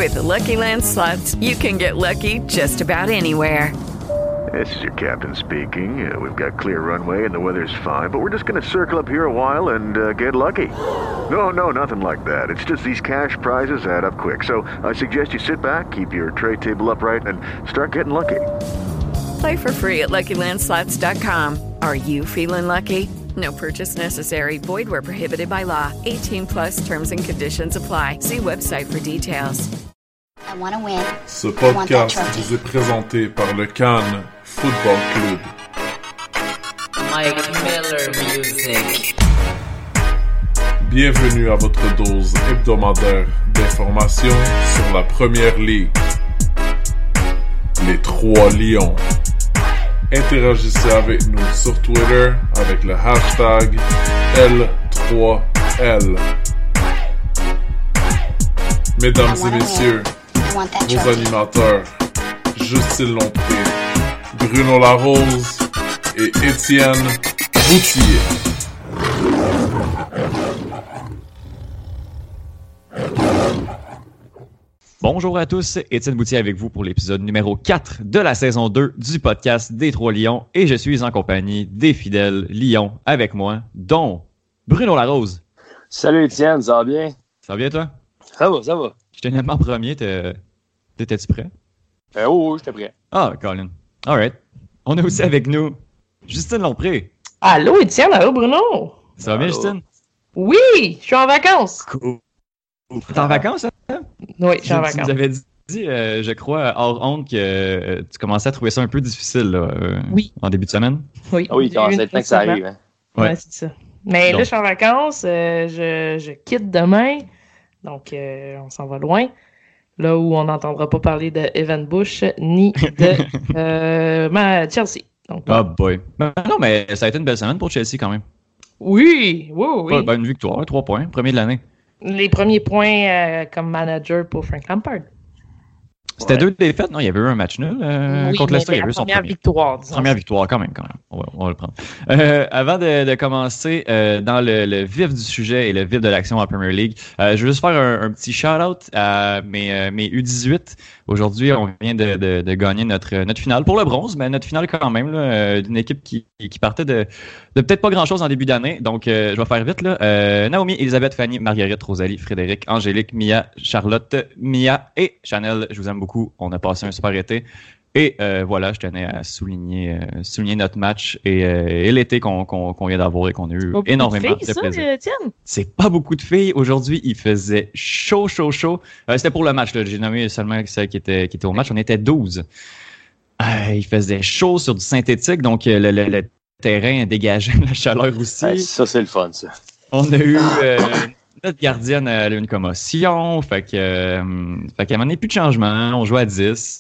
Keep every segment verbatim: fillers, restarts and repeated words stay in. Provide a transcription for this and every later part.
With Lucky Land Slots, you can get lucky just about anywhere. This is your captain speaking. Uh, we've got clear runway and the weather's fine, but we're just going to circle up here a while and uh, get lucky. No, no, nothing like that. It's just these cash prizes add up quick. So I suggest you sit back, keep your tray table upright, and start getting lucky. Play for free at Lucky Land Slots dot com. Are you feeling lucky? No purchase necessary. Void where prohibited by law. eighteen plus terms and conditions apply. See website for details. I want to win. Ce podcast vous est présenté par le Cannes Football Club. Mike Miller Music. Bienvenue à votre dose hebdomadaire d'informations sur la Première Ligue. Les Trois Lions. Interagissez avec nous sur Twitter avec le hashtag L trois L. Mesdames et messieurs, vos animateurs, Justine Lompré, Bruno Larose et Étienne Boutier. Bonjour à tous, Étienne Boutier avec vous pour l'épisode numéro quatre de la saison deux du podcast des Trois Lions et je suis en compagnie des fidèles Lions avec moi, dont Bruno Larose. Salut Étienne, ça va bien? Ça va bien toi? Ça va, ça va. Je t'ai en premier, t'es... t'étais-tu prêt? Euh, oui, oui, j'étais prêt. Ah, Colin. Alright. On a aussi avec nous Justine Lompré. Allô Étienne, allô Bruno? Ça va bien Allô. Justine? Oui, je suis en vacances. Cool. T'es en vacances, hein? Oui, je suis en Tu vacances. nous avais dit, euh, je crois, hors honte, que euh, tu commençais à trouver ça un peu difficile là, euh, Oui. en début de semaine. Oui, Ah oui, il j'ai eu commence une à être temps que ça semaine. arrive. Hein. Ouais, Ouais. c'est ça. Mais Donc. là, je suis en vacances, euh, je, je quitte demain, donc euh, on s'en va loin. Là où on n'entendra pas parler de Evan Bush ni de euh, ma Chelsea. Donc, Ah boy. Ben, non, mais ça a été une belle semaine pour Chelsea quand même. oui, oui, oui. Pas- ben, une victoire, trois points, premier de l'année. Les premiers points euh, comme manager pour Frank Lampard. C'était Ouais. deux défaites, non? Il y avait eu un match nul euh, oui, contre mais Leicester. Il y la avait eu son première premier. victoire, disons. Première victoire, quand même, quand même. On va, on va le prendre. Euh, avant de, de commencer euh, dans le, le vif du sujet et le vif de l'action en Premier League, euh, je veux juste faire un, un petit shout-out à mes, euh, mes U dix-huit. Aujourd'hui, on vient de, de, de gagner notre, notre finale pour le bronze, mais notre finale quand même, là, euh, d'une équipe qui, qui partait de, de peut-être pas grand-chose en début d'année. Donc, euh, je vais faire vite. Là. Euh, Naomi, Elisabeth, Fanny, Marguerite, Rosalie, Frédéric, Angélique, Mia, Charlotte, Mia et Chanel. Je vous aime beaucoup. On a passé un super été. Et euh, voilà, je tenais à souligner, euh, souligner notre match et, euh, et l'été qu'on, qu'on, qu'on vient d'avoir et qu'on a eu Pas beaucoup énormément de de, filles, ça, plaisir. Étienne? C'est pas beaucoup de filles. Aujourd'hui, il faisait chaud, chaud, chaud. Euh, c'était pour le match. Là. J'ai nommé seulement celles qui étaient, qui étaient au match. On était douze. Euh, il faisait chaud sur du synthétique, donc euh, le, le, le terrain dégageait la chaleur aussi. Ouais, ça, c'est le fun, ça. On a eu euh, notre gardienne elle a eu une commotion, fait que euh, fait qu'à un moment donné, plus de changement. On jouait à dix.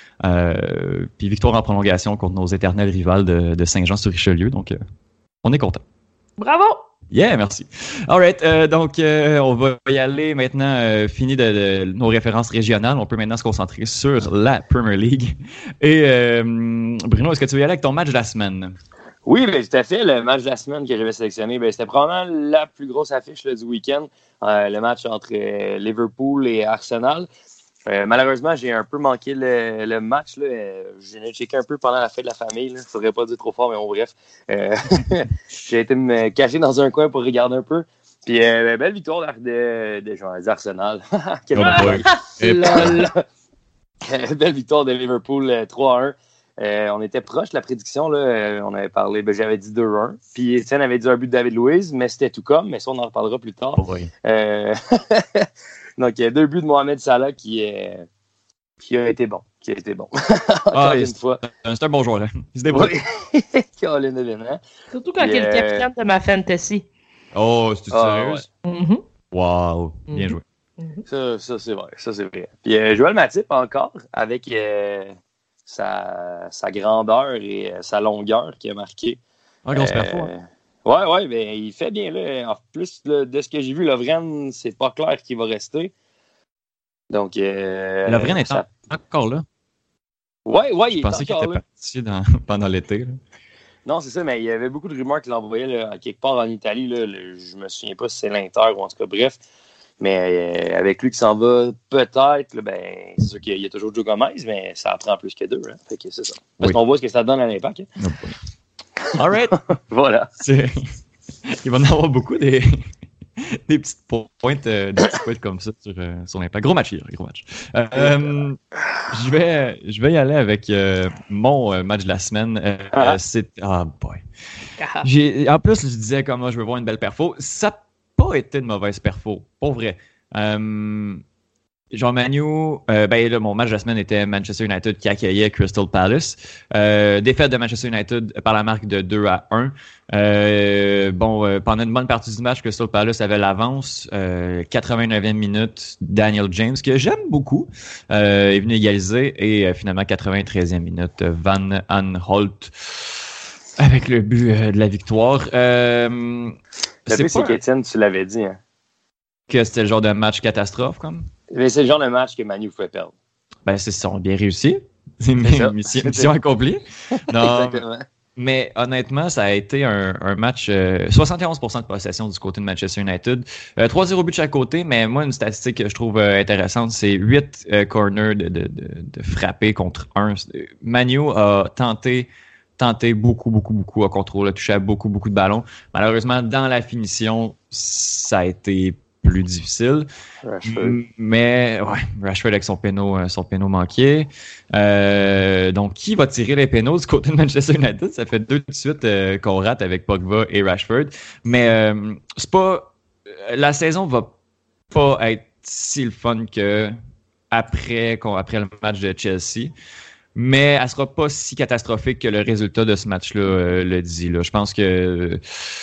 Euh, puis victoire en prolongation contre nos éternels rivales de, de Saint-Jean-sur-Richelieu. Donc, euh, on est content. Bravo! Yeah, merci. All right, euh, donc euh, on va y aller maintenant. Euh, fini de, de nos références régionales. On peut maintenant se concentrer sur la Premier League. Et euh, Bruno, est-ce que tu veux y aller avec ton match de la semaine? Oui, ben, tout à fait. Le match de la semaine que j'avais sélectionné, ben, c'était probablement la plus grosse affiche là, du week-end. Euh, le match entre euh, Liverpool et Arsenal. Euh, malheureusement, j'ai un peu manqué le, le match. Là. Euh, j'ai checké un peu pendant la fête de la famille. Il ne faudrait pas dire trop fort, mais bon, bref. Euh, j'ai été me cacher dans un coin pour regarder un peu. Puis, euh, belle victoire de, de, de genre, d'Arsenal. Quel Oh boy. Et- Lol. belle victoire de Liverpool euh, trois à un. Euh, on était proche de la prédiction. Là. Euh, on avait parlé, ben, j'avais dit deux à un. Puis Étienne avait dit un but de David Luiz, mais c'était tout comme. Mais ça, on en reparlera plus tard. Oh boy. Euh, Donc, il y a deux buts de Mohamed Salah qui, est, qui a été bon. Qui a été bon. Encore Ah, une c'est, fois. c'est un bon joueur. Là. Il se débrouille. Oui. Colin Evenement. Surtout quand il Yeah. est le capitaine de ma fantasy. Oh, c'est-tu Ah, sérieuse? Mhm. Wow, bien Mhm. joué. Ça, ça c'est vrai. Ça, c'est vrai. Puis euh, Joël Matip encore, avec euh, sa, sa grandeur et euh, sa longueur qui a marqué. Ah, grosse Euh, perfo. hein. Ouais, ouais, ben, il fait bien. Là. En plus, là, de ce que j'ai vu, Lovren, c'est pas clair qu'il va rester. Donc, euh, Lovren est ça... encore là. Ouais, ouais, il Je est pensais qu'il encore était là. parti dans, pendant l'été. Là. Non, c'est ça, mais il y avait beaucoup de rumeurs qu'il envoyait là, à quelque part en Italie. Là, le- je me souviens pas si c'est l'Inter ou en tout cas, bref. Mais euh, avec lui qui s'en va, peut-être, là, ben, c'est sûr qu'il y a toujours Joe Gomez, mais ça en prend plus que deux. Hein. Fait que c'est ça. Parce Oui. qu'on voit ce que ça donne à l'impact. Hein. All right. Voilà. C'est... Il va en avoir beaucoup des, des petites pointes, euh, des petites pointes comme ça sur, euh, sur l'impact. Gros match hier, gros match. Euh, euh, je, vais, je vais y aller avec euh, mon euh, match de la semaine. Euh, Ah. c'est... Ah, boy. Ah. J'ai, en plus, je disais comme moi, je veux voir une belle perfo. Ça n'a pas été une mauvaise perfo, pour vrai. Euh, Jean Manu, euh, ben là, mon match de la semaine était Manchester United qui accueillait Crystal Palace. Euh, défaite de Manchester United par la marque de deux à un. Euh, bon, euh, pendant une bonne partie du match, Crystal Palace avait l'avance. Euh, quatre-vingt-neuvième minute, Daniel James, que j'aime beaucoup, euh, est venu égaliser. Et euh, finalement, quatre-vingt-treizième minute, Van Aanholt avec le but euh, de la victoire. Euh, Le c'est plus, c'est pas qu'Étienne, tu l'avais dit. Hein. que c'était le genre de match catastrophe, comme? Mais c'est le genre de match que Manu pouvait perdre. Ben, c'est ça, on a bien réussi. C'est une C'est ça. mission, mission accomplie. Non, Exactement. mais honnêtement, ça a été un, un match euh, soixante et onze pour cent de possession du côté de Manchester United. Euh, trois zéro buts de chaque côté, mais moi, une statistique que je trouve euh, intéressante, c'est huit euh, corners de, de, de, de frappés contre un. Manu a tenté, tenté beaucoup, beaucoup, beaucoup à contrôle, a touché à beaucoup, beaucoup de ballons. Malheureusement, dans la finition, ça a été plus difficile. Rashford. M- Mais ouais, Rashford avec son péno, euh, son péno manqué. Euh, donc, qui va tirer les pénaux du côté de Manchester United? Ça fait deux de suite euh, qu'on rate avec Pogba et Rashford. Mais euh, c'est pas. La saison va pas être si le fun que après, qu'on, après le match de Chelsea. Mais elle sera pas si catastrophique que le résultat de ce match-là euh, le dit. Là. Je pense que euh,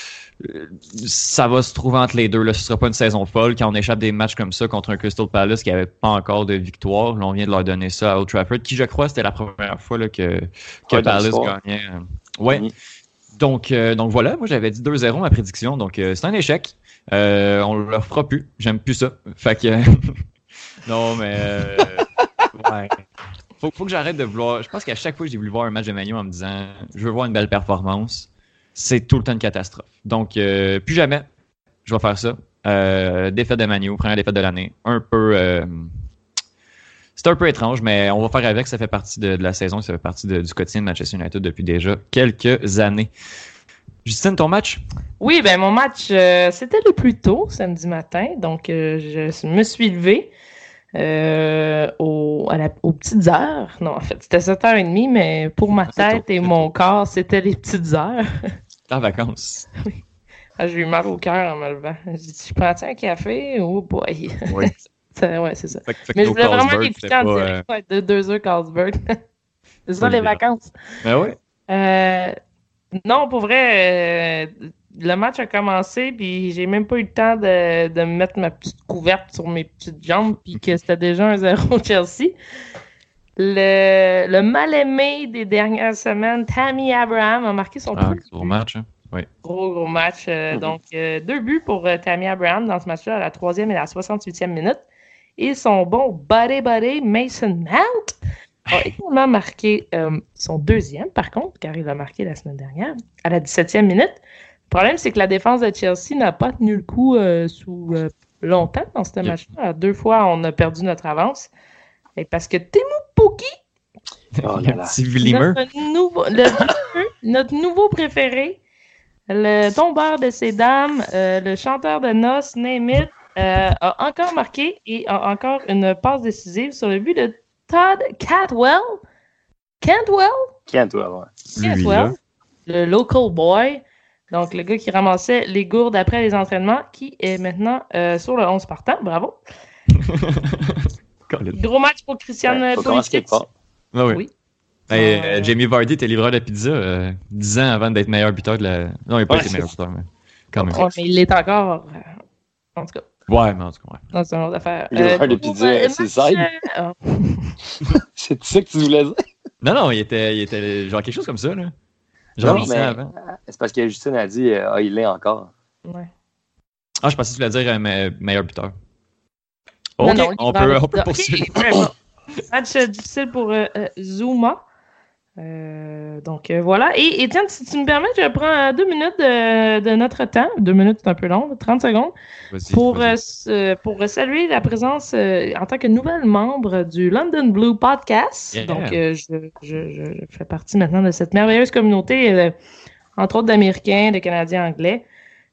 ça va se trouver entre les deux. Là. Ce sera pas une saison folle quand on échappe des matchs comme ça contre un Crystal Palace qui n'avait pas encore de victoire. Là, on vient de leur donner ça à Old Trafford, qui, je crois, c'était la première fois là, que, que Ouais, dans Palace l'histoire. gagnait. Ouais. Oui. Donc, euh, donc voilà, moi j'avais dit deux zéro ma prédiction. Donc euh, c'est un échec. Euh, on le fera plus. J'aime plus ça. Fait que. non, mais. Euh, ouais. Faut, faut que j'arrête de vouloir. Je pense qu'à chaque fois que j'ai voulu voir un match de Man U en me disant je veux voir une belle performance, c'est tout le temps une catastrophe. Donc, euh, plus jamais, je vais faire ça. Euh, défaite de Man U, première défaite de l'année. Un peu. Euh, c'est un peu étrange, mais on va faire avec. Ça fait partie de, de la saison, ça fait partie de, du quotidien de Manchester United depuis déjà quelques années. Justine, ton match? Oui, ben mon match, euh, c'était le plus tôt, samedi matin. Donc, euh, je me suis levée euh, au, à la, aux petites heures. Non, en fait, c'était sept heures trente, mais pour ma C'est tête tôt, et c'est mon tôt. corps, c'était les petites heures. T'es en vacances. Ah, j'ai eu mal au cœur en me levant. J'ai dit, je prends-tu un café? Oh boy! Oui. Ça- ouais, c'est ça. Fait, que- fait que Mais je nos voulais vraiment Carlsberg, l'écouter c'était en pas, direct ouais, de deux heures Carlsberg. C'est ça, pas les évident. vacances. Ben oui. Euh, non, pour vrai, euh, le match a commencé, puis j'ai même pas eu le temps de, de mettre ma petite couverte sur mes petites jambes, puis que c'était déjà un zéro Chelsea. Le, le mal-aimé des dernières semaines, Tammy Abraham, a marqué son Ah, premier gros but. match. Hein? Oui. Gros, gros match. Euh, Mhm. Donc, euh, deux buts pour euh, Tammy Abraham dans ce match-là à la troisième et la soixante-huitième minute. Et son bon buddy-buddy Mason Mount a également marqué euh, son deuxième, par contre, car il a marqué la semaine dernière, à la dix-septième minute. Le problème, c'est que la défense de Chelsea n'a pas tenu le coup euh, sous euh, longtemps dans ce Yep. match-là. Deux fois, on a perdu notre avance. Et parce que Timo Pukki, Oh là là. Petit Villimer. notre nouveau, le- notre nouveau préféré, le tombeur de ces dames, euh, le chanteur de noces, name it, euh, a encore marqué et a encore une passe décisive sur le but de Todd Cantwell. Cantwell? Cantwell, ouais. Lui, là. Cantwell, le local boy. Donc, le gars qui ramassait les gourdes après les entraînements, qui est maintenant euh, sur le onze partant. Bravo. Colin. Gros match pour Christian Ouais, faut commencer Pulisic. quelque part. Ah oui. Oui. Hey, Euh, euh, Jamie Vardy était livreur de pizza euh, dix ans avant d'être meilleur buteur de la. Non, il n'a pas Ouais, été c'est- meilleur buteur, mais quand même. Ouais, mais il l'est encore. euh, En tout cas. Ouais, mais en tout cas, ouais. Non, c'est une autre affaire. Livreur de pour, pizza, euh, c'est match, side. euh, oh. C'est ça que tu voulais dire? Non, non, il était, il était genre quelque chose comme ça, là. Genre Non, dix mais- ans avant. C'est parce que Justine a dit euh, ah, il l'est encore. Ouais. Ah, je pensais que tu voulais dire euh, me- meilleur buteur. Non, Ok, non, on il peut, va- on peut Ok, poursuivre. vraiment. Match euh, difficile pour euh, euh, Zuma. Euh, donc euh, voilà. Et Étienne, si tu me permets, je prends deux minutes de, de notre temps. Deux minutes, c'est un peu long, trente secondes. Vas-y, pour, vas-y. euh, pour saluer la présence euh, en tant que nouvelle membre du London Blue Podcast. Yeah. Donc, euh, je, je, je fais partie maintenant de cette merveilleuse communauté, euh, entre autres d'Américains, de Canadiens anglais,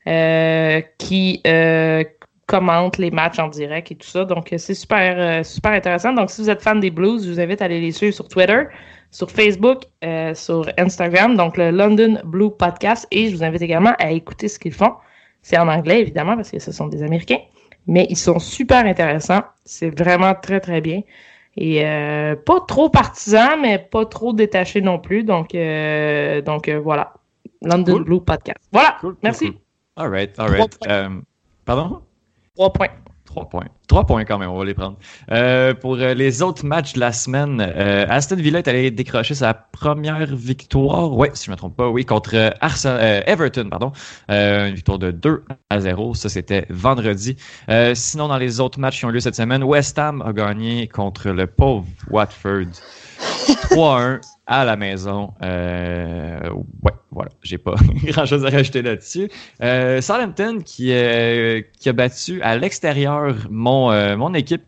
euh, qui euh, commentent les matchs en direct et tout ça. Donc, c'est super, euh, super intéressant. Donc, si vous êtes fan des Blues, je vous invite à aller les suivre sur Twitter, sur Facebook, euh, sur Instagram, donc le London Blue Podcast. Et je vous invite également à écouter ce qu'ils font. C'est en anglais, évidemment, parce que ce sont des Américains. Mais ils sont super intéressants. C'est vraiment très, très bien. Et euh, pas trop partisans, mais pas trop détachés non plus. Donc, euh, donc euh, voilà. London cool. Blue Podcast. Voilà. Cool, merci. Cool, cool. All right, all right. Euh, pardon? Trois points. Trois points. Trois points quand même, on va les prendre. Euh, pour euh, les autres matchs de la semaine, euh, Aston Villa est allé décrocher sa première victoire, ouais, si je ne me trompe pas, oui, contre euh, Arsenal, euh, Everton, pardon. Euh, une victoire de deux à zéro, ça c'était vendredi. Euh, sinon, dans les autres matchs qui ont lieu cette semaine, West Ham a gagné contre le pauvre Watford trois à un à la maison. Euh, ouais, voilà, j'ai pas grand-chose à rajouter là-dessus. Euh, Southampton qui, euh, qui a battu à l'extérieur mon, euh, mon équipe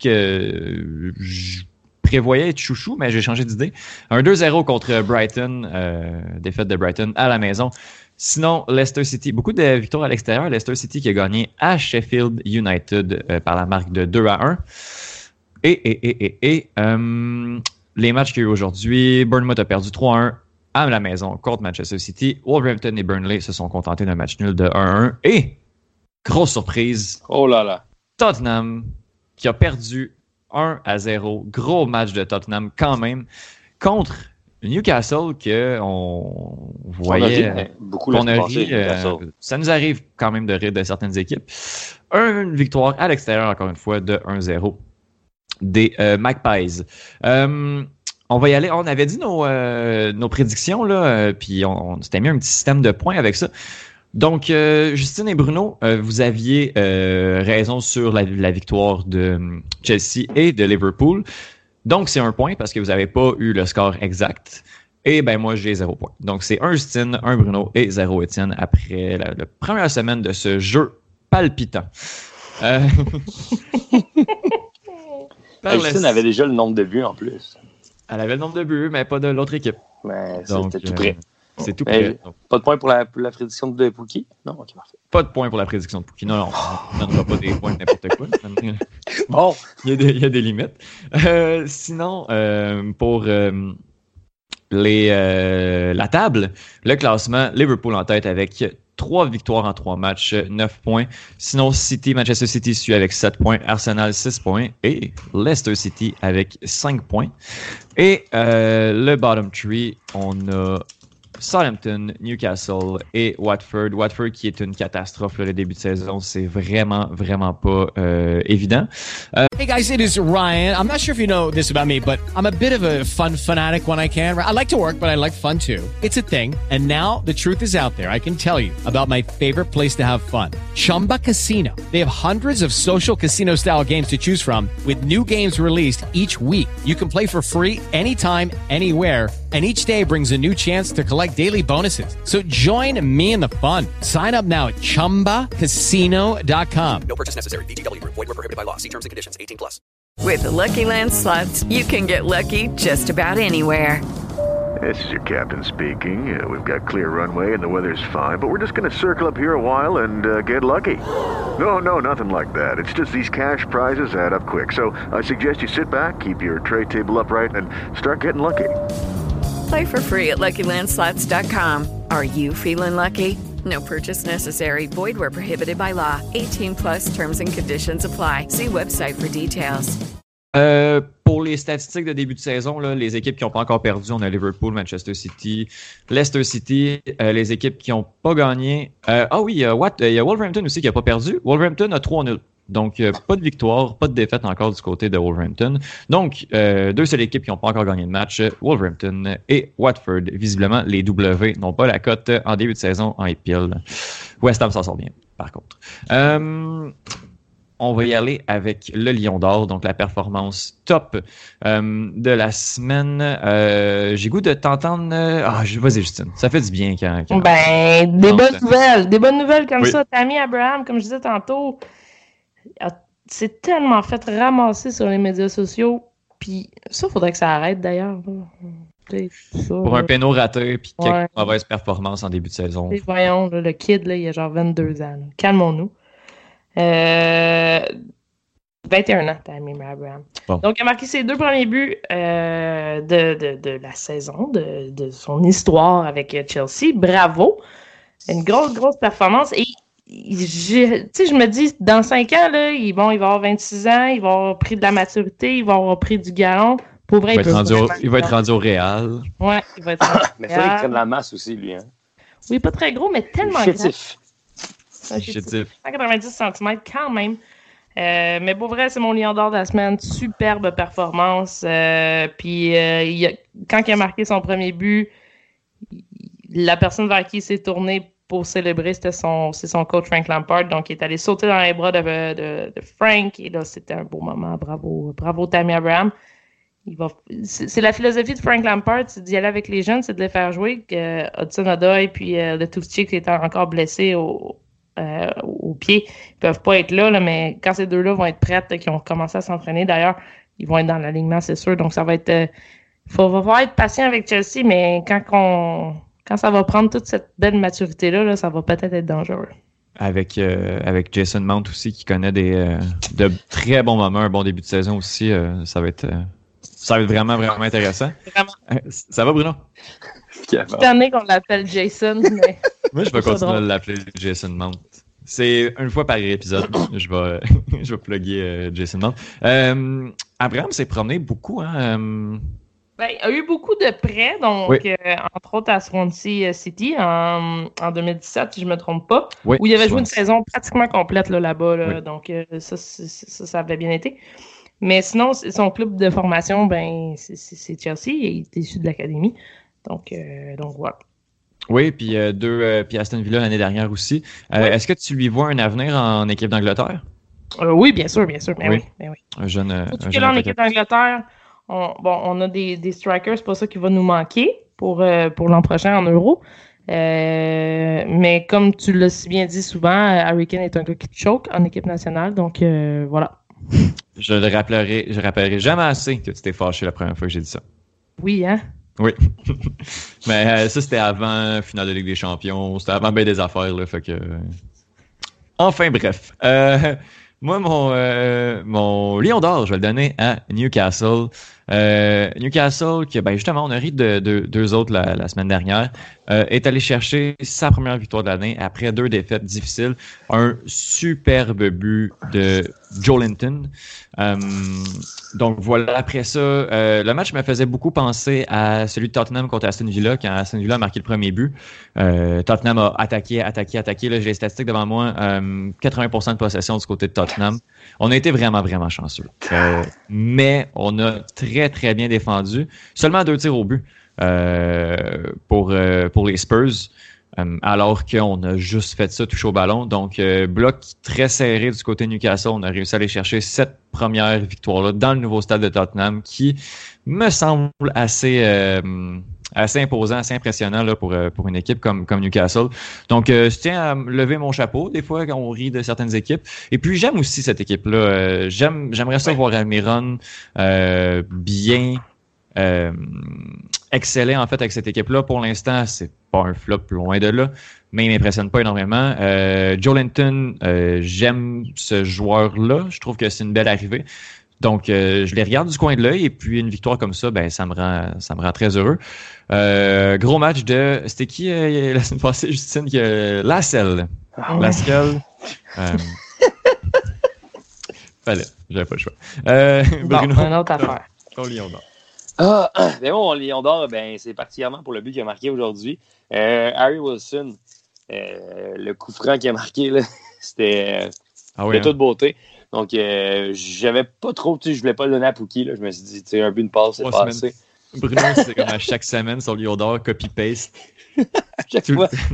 que je prévoyais être chouchou, mais j'ai changé d'idée. Un deux zéro contre Brighton, euh, défaite de Brighton à la maison. Sinon, Leicester City, beaucoup de victoires à l'extérieur. Leicester City qui a gagné à Sheffield United euh, par la marque de deux à un. Et, et, et, et, et, euh, les matchs qu'il y a eu aujourd'hui, Bournemouth a perdu trois à un à la maison contre Manchester City. Wolverhampton et Burnley se sont contentés d'un match nul de un à un. Et, grosse surprise, oh là là, Tottenham qui a perdu un à zéro. Gros match de Tottenham quand même contre Newcastle que on voyait, on a ri, beaucoup qu'on a ri, euh, ça nous arrive quand même de rire de certaines équipes. Une victoire à l'extérieur encore une fois de un zéro. Des euh, Magpies. Euh, on va y aller. On avait dit nos, euh, nos prédictions, là, euh, puis on, on s'était mis un petit système de points avec ça. Donc, euh, Justine et Bruno, euh, vous aviez euh, raison sur la, la victoire de Chelsea et de Liverpool. Donc, c'est un point parce que vous n'avez pas eu le score exact. Et ben moi, j'ai zéro point. Donc, c'est un Justine, un Bruno et zéro Étienne après la, la première semaine de ce jeu palpitant. Euh... Justine avait déjà le nombre de buts en plus. Elle avait le nombre de buts, mais pas de l'autre équipe. Mais donc, c'était tout près. Euh, c'est tout mais, près. Donc. Pas de point pour la, pour la prédiction de Pookie? Non, ok, parfait. Pas de point pour la prédiction de Pookie. Non, non, on ne donnera pas des points de n'importe quoi. Bon. Il y a des, il y a des limites. Euh, sinon, euh, pour euh, les, euh, la table, le classement, Liverpool en tête avec trois victoires en trois matchs, neuf points. Sinon, City, Manchester City suit avec sept points, Arsenal six points et Leicester City avec cinq points. Et euh, le bottom three, on a Southampton, Newcastle et Watford. Watford qui est une catastrophe là, le début de saison, c'est vraiment, vraiment pas euh, évident. Euh, Hey guys, it is Ryan. I'm not sure if you know this about me, but I'm a bit of a fun fanatic when I can. I like to work, but I like fun too. It's a thing. And now the truth is out there. I can tell you about my favorite place to have fun. Chumba Casino. They have hundreds of social casino style games to choose from with new games released each week. You can play for free anytime, anywhere. And each day brings a new chance to collect daily bonuses. So join me in the fun. Sign up now at chumba casino dot com. No purchase necessary. V G W. Void where prohibited by law. See terms and conditions. eighteen plus. With the Lucky Land Slots, you can get lucky just about anywhere. This is your captain speaking. Uh, we've got clear runway and the weather's fine, but we're just going to circle up here a while and uh, get lucky. No, no, nothing like that. It's just these cash prizes add up quick. So I suggest you sit back, keep your tray table upright, and start getting lucky. Play for free at Lucky Land Slots dot com. Are you feeling lucky? No purchase necessary. Void where prohibited by law. eighteen plus terms and conditions apply. See website for details. Euh, pour les statistiques de début de saison, là, les équipes qui n'ont pas encore perdu, on a Liverpool, Manchester City, Leicester City. Euh, les équipes qui n'ont pas gagné. Euh, ah oui, il y a What, il y a Wolverhampton aussi qui n'a pas perdu. Wolverhampton a trois nuls. Donc, euh, pas de victoire, pas de défaite encore du côté de Wolverhampton. Donc, euh, deux seules équipes qui n'ont pas encore gagné de match, Wolverhampton et Watford. Visiblement, les W n'ont pas la cote en début de saison en E P L. West Ham s'en sort bien, par contre. Euh, on va y aller avec le Lion d'Or, donc la performance top euh, de la semaine. Euh, j'ai goût de t'entendre. Euh... Ah, vas-y, Justine. Ça fait du bien quand. quand... Ben, des Non, bonnes ça... nouvelles. Des bonnes nouvelles comme oui. ça. Tammy Abraham, comme je disais tantôt, c'est tellement fait ramasser sur les médias sociaux. Puis ça, il faudrait que ça arrête d'ailleurs. Ça, pour là. un péno raté puis quelques ouais. mauvaises performances en début de saison. Et voyons, là, le kid, là, il a genre vingt-deux ans. Là. Calmons-nous. Euh... vingt et un ans, Tammy Abraham. Bon. Donc, il a marqué ses deux premiers buts euh, de, de, de la saison, de, de son histoire avec Chelsea. Bravo! Une grosse, grosse performance. Et je, je me dis, dans cinq ans, là, il, bon, il va avoir vingt-six ans, il va avoir pris de la maturité, il va avoir pris du galon. Pour vrai, il, va il, au, il va être rendu au Real. Ouais, il va être rendu Mais il fallait qu'il prenne la masse aussi, lui. Hein? Oui, pas très gros, mais tellement chétif. Grand. Chétif. cent quatre-vingt-dix centimètres quand même. Euh, mais pour vrai, c'est mon Lion d'Or de la semaine. Superbe performance. Euh, puis euh, il a, quand il a marqué son premier but, la personne vers qui il s'est tourné pour célébrer, c'était son, c'est son coach Frank Lampard. Donc, il est allé sauter dans les bras de, de, de Frank. Et là, c'était un beau moment. Bravo, bravo Tammy Abraham. Il va, c'est, c'est la philosophie de Frank Lampard, c'est d'y aller avec les jeunes, c'est de les faire jouer. Euh, Hudson-Odoi puis euh, le Tufchik qui est encore blessé au, euh, au pied, ils peuvent pas être là, là, mais quand ces deux-là vont être prêts, qui ont commencé à s'entraîner d'ailleurs, ils vont être dans l'alignement, c'est sûr. Donc ça va être, euh, faut, va falloir être patient avec Chelsea, mais quand on, quand ça va prendre toute cette belle maturité-là, là, ça va peut-être être dangereux. Avec, euh, avec Jason Mount aussi, qui connaît des, euh, de très bons moments, un bon début de saison aussi, euh, ça va être... Euh... Ça va être vraiment, vraiment intéressant. Vraiment. Ça va, Bruno? Cette année qu'on l'appelle Jason, mais... Moi, je vais continuer à l'appeler Jason Mount. C'est une fois par épisode. je vais, je vais plugger euh, Jason Mount. Euh, Abraham s'est promené beaucoup. Hein? Euh... Ben, il a eu beaucoup de prêts, donc, oui. euh, entre autres à Swansea City en, en deux mille dix-sept, si je ne me trompe pas, oui, où il avait joué une saison pratiquement complète là, là-bas. Là, oui. Donc, euh, ça, ça, ça avait bien été. Mais sinon, son club de formation, ben, c'est, c'est Chelsea. Il est issu de l'académie. Donc, euh, donc voilà. Oui, puis euh, deux, euh, puis Aston Villa l'année dernière aussi. Euh, ouais. Est-ce que tu lui vois un avenir en équipe d'Angleterre? Euh, oui, bien sûr, bien sûr. Ben oui. oui, ben oui. Un jeune. Surtout un que jeune là, en équipe d'Angleterre, on, bon, on a des, des strikers, c'est pas ça qui va nous manquer pour, euh, pour l'an prochain en Euro. Euh, mais comme tu l'as si bien dit souvent, Harry Kane est un gars qui choke en équipe nationale. Donc, euh, voilà. Je le rappellerai, je rappellerai jamais assez que tu t'es fâché la première fois que j'ai dit ça. Oui, hein? Oui. Mais euh, ça, c'était avant finale de Ligue des Champions. C'était avant bien des affaires, là. Fait que... Enfin, bref. Euh, moi, mon, euh, mon Lion d'Or, je vais le donner à Newcastle. Euh, Newcastle, qui, ben justement, on a ri de, de deux autres la, la semaine dernière, euh, est allé chercher sa première victoire de l'année après deux défaites difficiles. Un superbe but de Joelinton. Euh, donc voilà, après ça, euh, le match me faisait beaucoup penser à celui de Tottenham contre Aston Villa, quand Aston Villa a marqué le premier but. Euh, Tottenham a attaqué, attaqué, attaqué. Là, j'ai les statistiques devant moi. Euh, quatre-vingts pour cent de possession du côté de Tottenham. On a été vraiment, vraiment chanceux. Euh, mais on a très, très bien défendu. Seulement deux tirs au but euh, pour, euh, pour les Spurs. Um, alors qu'on a juste fait ça, toucher au ballon. Donc, euh, bloc très serré du côté de Newcastle. On a réussi à aller chercher cette première victoire-là dans le nouveau stade de Tottenham qui me semble assez, euh, assez imposant, assez impressionnant là, pour, euh, pour une équipe comme, comme Newcastle. Donc, euh, je tiens à lever mon chapeau des fois quand on rit de certaines équipes. Et puis, j'aime aussi cette équipe-là. Euh, j'aime, j'aimerais ça ouais. voir Almiron euh, bien... Euh, excellent en fait avec cette équipe-là. Pour l'instant, c'est pas un flop loin de là, mais il m'impressionne pas énormément. Euh, Joelinton, euh, j'aime ce joueur-là. Je trouve que c'est une belle arrivée. Donc, euh, je les regarde du coin de l'œil et puis une victoire comme ça, ben ça me rend, ça me rend très heureux. Euh, gros match de, c'était qui euh, la semaine passée, Justine, que Lascelles, oh. Lascelles. Euh, fallait, j'avais pas le choix. Euh, bon, Bruno, une autre affaire. Ton Lion d'Or. Ah, ben bon, mon Lion d'Or, ben, c'est particulièrement pour le but qu'il a marqué aujourd'hui. Euh, Harry Wilson, euh, le coup franc qu'il a marqué, là, c'était ah oui, de hein? toute beauté. Donc, euh, j'avais pas trop, tu sais, je voulais pas le donner à Pookie, là. Je me suis dit, tu sais, un but, une passe, c'est pas assez. Bruno, c'est comme à chaque semaine sur Lion d'Or, copy-paste. à chaque fois.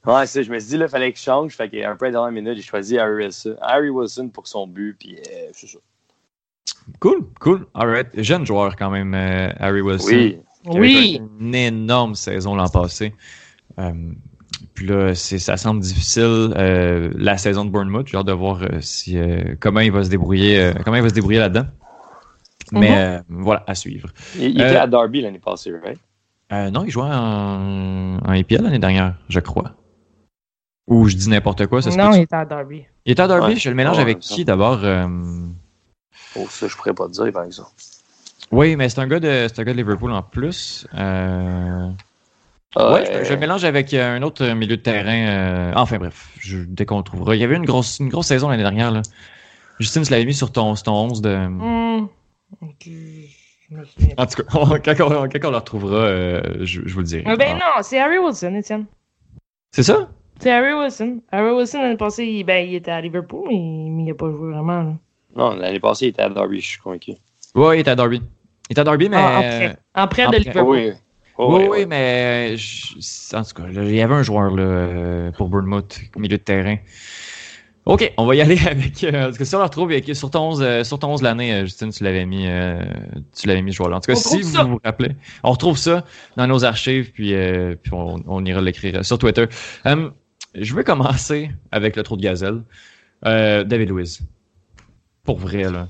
Ouais, c'est, je me suis dit, là, il fallait que je change. Fait qu'un peu à la dernière minute, j'ai choisi Harry Wilson, Harry Wilson pour son but, puis euh, c'est ça. Cool, cool. All right. Jeune joueur quand même, euh, Harry Wilson. Oui. Qui Oui. avait une énorme saison l'an passé. Euh, puis là, c'est, ça semble difficile euh, la saison de Bournemouth. J'ai hâte de voir euh, si, euh, comment il va se débrouiller, euh, comment il va se débrouiller là-dedans. Mais Mm-hmm. euh, voilà, à suivre. Il, il Euh, était à Derby l'année passée, right? Euh, non, il jouait en, en A P L l'année dernière, je crois. Ou je dis n'importe quoi, ça se Non, peut-tu? il était à Derby. Il était à Derby, Ouais. je le mélange Ouais, avec ça. qui d'abord? euh, Oh, ça, je pourrais pas te dire, par exemple. Oui, mais c'est un gars de c'est un gars de Liverpool en plus. Euh... Euh, Ouais, je, je le mélange avec euh, un autre milieu de terrain. euh, Enfin bref, je... dès qu'on le trouvera. Il y avait une grosse, une grosse saison l'année dernière. Là. Justine, tu l'avais mis sur ton, sur ton onze de. Hmm. Ok, je me souviens. En tout cas, on- quand, on, quand on le retrouvera, euh, je, je vous le dirai. Ah, ben Ah. non, c'est Harry Wilson, Étienne. C'est ça? C'est Harry Wilson. Harry Wilson, l'année passée, il, ben, il était à Liverpool, mais, mais il n'a pas joué vraiment. Là. Non, l'année passée, il était à Derby, je suis convaincu. Oui, il est à Derby. Il est à Derby, mais. Ah, en prêt. En prêt de en prêt. Liverpool. oui. Oh, oui, ouais, oui, ouais. mais je- en tout cas, là, il y avait un joueur là, euh, pour Bournemouth, milieu de terrain. OK, on va y aller avec. Euh, en tout cas, si on le retrouve, il y a- sur ton onze, euh, sur ton onze l'année, euh, Justine, tu l'avais mis, euh, tu l'avais mis ce joueur-là. En tout cas, On si trouve vous ça. vous rappelez, on retrouve ça dans nos archives, puis, euh, puis on, on ira l'écrire sur Twitter. Euh, je vais commencer avec le trou de gazelle. Euh, David Luiz. Pour vrai, là.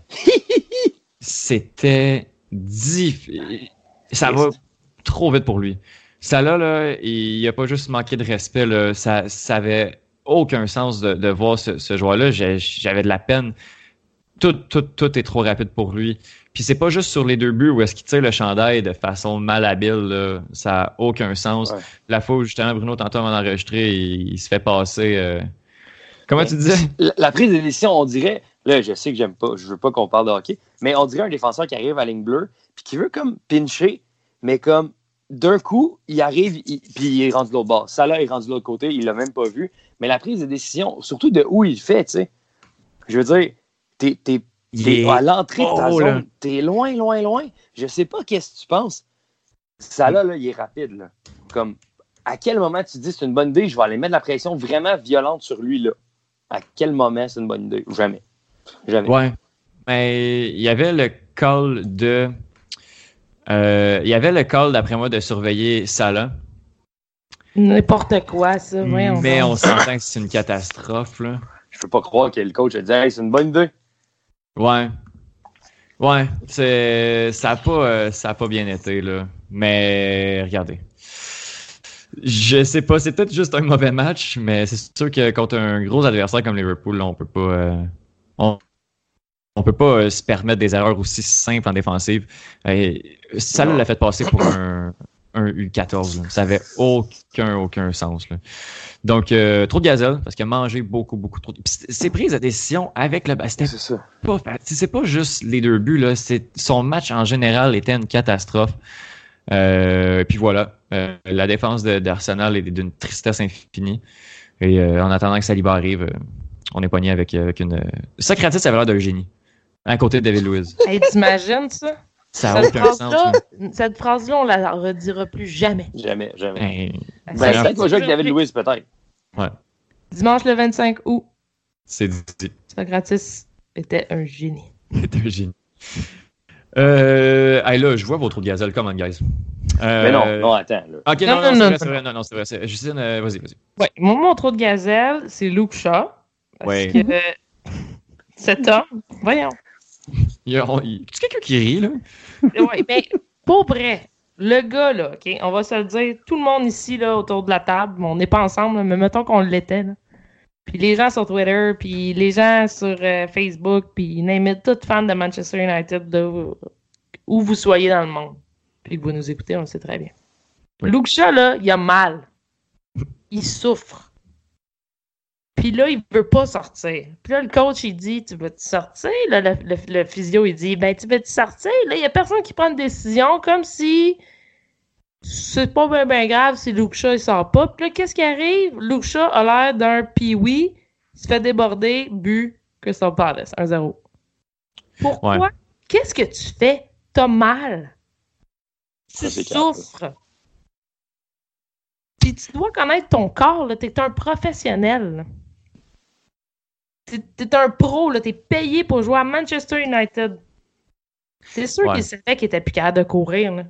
C'était difficile. Ça va trop vite pour lui. Ça là, là, il a pas juste manqué de respect, là. Ça, ça avait aucun sens de, de voir ce, ce joueur-là. J'ai- J'avais de la peine. Tout, tout, tout est trop rapide pour lui. Puis c'est pas juste sur les deux buts où est-ce qu'il tire le chandail de façon malhabile, là. Ça n'a aucun sens. Ouais. La fois où justement Bruno tantôt avant d'enregistrer, il, il se fait passer. euh, Comment tu disais? La, la prise de décision, on dirait, là, je sais que j'aime pas, je veux pas qu'on parle de hockey, mais on dirait un défenseur qui arrive à la ligne bleue, puis qui veut comme pincher, mais comme d'un coup, il arrive, il- puis il est rendu de l'autre bord. Ça là, il est rendu de l'autre côté, il l'a même pas vu. Mais la prise de décision, surtout de où il le fait, tu sais. Je veux dire, t'es, t'es, Il t'es est à l'entrée de ta haut, là. zone, t'es loin, loin, loin. Je sais pas qu'est-ce que tu penses. Ça là, là, il est rapide, là. Comme, à quel moment tu te dis c'est une bonne idée, je vais aller mettre de la pression vraiment violente sur lui, là. À quel moment c'est une bonne idée? Jamais. Jamais. Ouais. Mais il y avait le call de. euh, il y avait le call, d'après moi, de surveiller Salah. N'importe quoi, ça. Voyons Mais donc. on s'entend que c'est une catastrophe, là. Je peux pas croire que le coach a dit hey, c'est une bonne idée. Ouais. Ouais. C'est, ça n'a pas, euh, ça a pas bien été, là. Mais regardez. Je sais pas, c'est peut-être juste un mauvais match, mais c'est sûr que contre un gros adversaire comme Liverpool, là, on peut pas. euh, on, on peut pas euh, se permettre des erreurs aussi simples en défensive. Et ça l'a fait passer pour un, un U quatorze. Là. Ça avait aucun, aucun sens. Là. Donc, euh, trop de gazelle, parce qu'il a mangé beaucoup, beaucoup trop. Puis c'est c'est prise de décision avec le. bah, C'était C'est ça. pas, c'est pas juste les deux buts, là. C'est, son match en général était une catastrophe. Euh, puis voilà, euh, la défense de, d'Arsenal est d'une tristesse infinie. Et euh, en attendant que Saliba arrive, euh, on est pogné avec, avec une. Socrates avait l'air d'un génie, à côté de David Luiz. Hey, t'imagines ça? Ça n'a Cette aucun sens. phrase-là, là. cette phrase-là, on la redira plus jamais. Jamais, jamais. Ben, Ben, ça- peut-être qu'on va jouer avec David Luiz, peut-être. ouais, Dimanche le vingt-cinq août, c'est dit. Socrates était un génie. C'est un génie. Euh, hey, là, je vois vos trous de gazelle, come on, guys. Euh, Mais non, non, attends. Là. Ok, Non, non, non, non, c'est non, vrai, non. c'est vrai, non, non, c'est vrai. C'est... Justine, euh, vas-y, vas-y. Ouais, mon, mon trou de gazelle, c'est Luke Shaw. Parce Ouais. que euh, cet homme, voyons. Il y a, on- il- c'est quelqu'un qui rit, là. Ouais, mais pour vrai, le gars, là, OK, on va se le dire, tout le monde ici, là, autour de la table, on n'est pas ensemble, là, mais mettons qu'on l'était, là. Puis les gens sur Twitter, puis les gens sur euh, Facebook, puis name it, tous fans de Manchester United, là, où, où vous soyez dans le monde. Puis que vous nous écoutez, on le sait très bien. Oui. Luke Shaw, là, il a mal. Il souffre. Puis là, il veut pas sortir. Puis là, le coach, il dit, tu veux-tu sortir? Là, le, le, le physio, il dit, ben, tu veux-tu sortir? Là, il y a personne qui prend une décision comme si c'est pas bien ben grave si Luke Shaw, il sort pas. Puis là, qu'est-ce qui arrive? Luke Shaw a l'air d'un pee-wee, il se fait déborder, but, Crystal Palace, un zéro. Pourquoi? Ouais. Qu'est-ce que tu fais? T'as mal. Tu Ça, c'est calme, souffres. Puis tu dois connaître ton corps, là. T'es un professionnel. Là. T'es, t'es un pro, là. T'es payé pour jouer à Manchester United. C'est sûr Ouais. qu'il savait qu'il était plus capable de courir, là.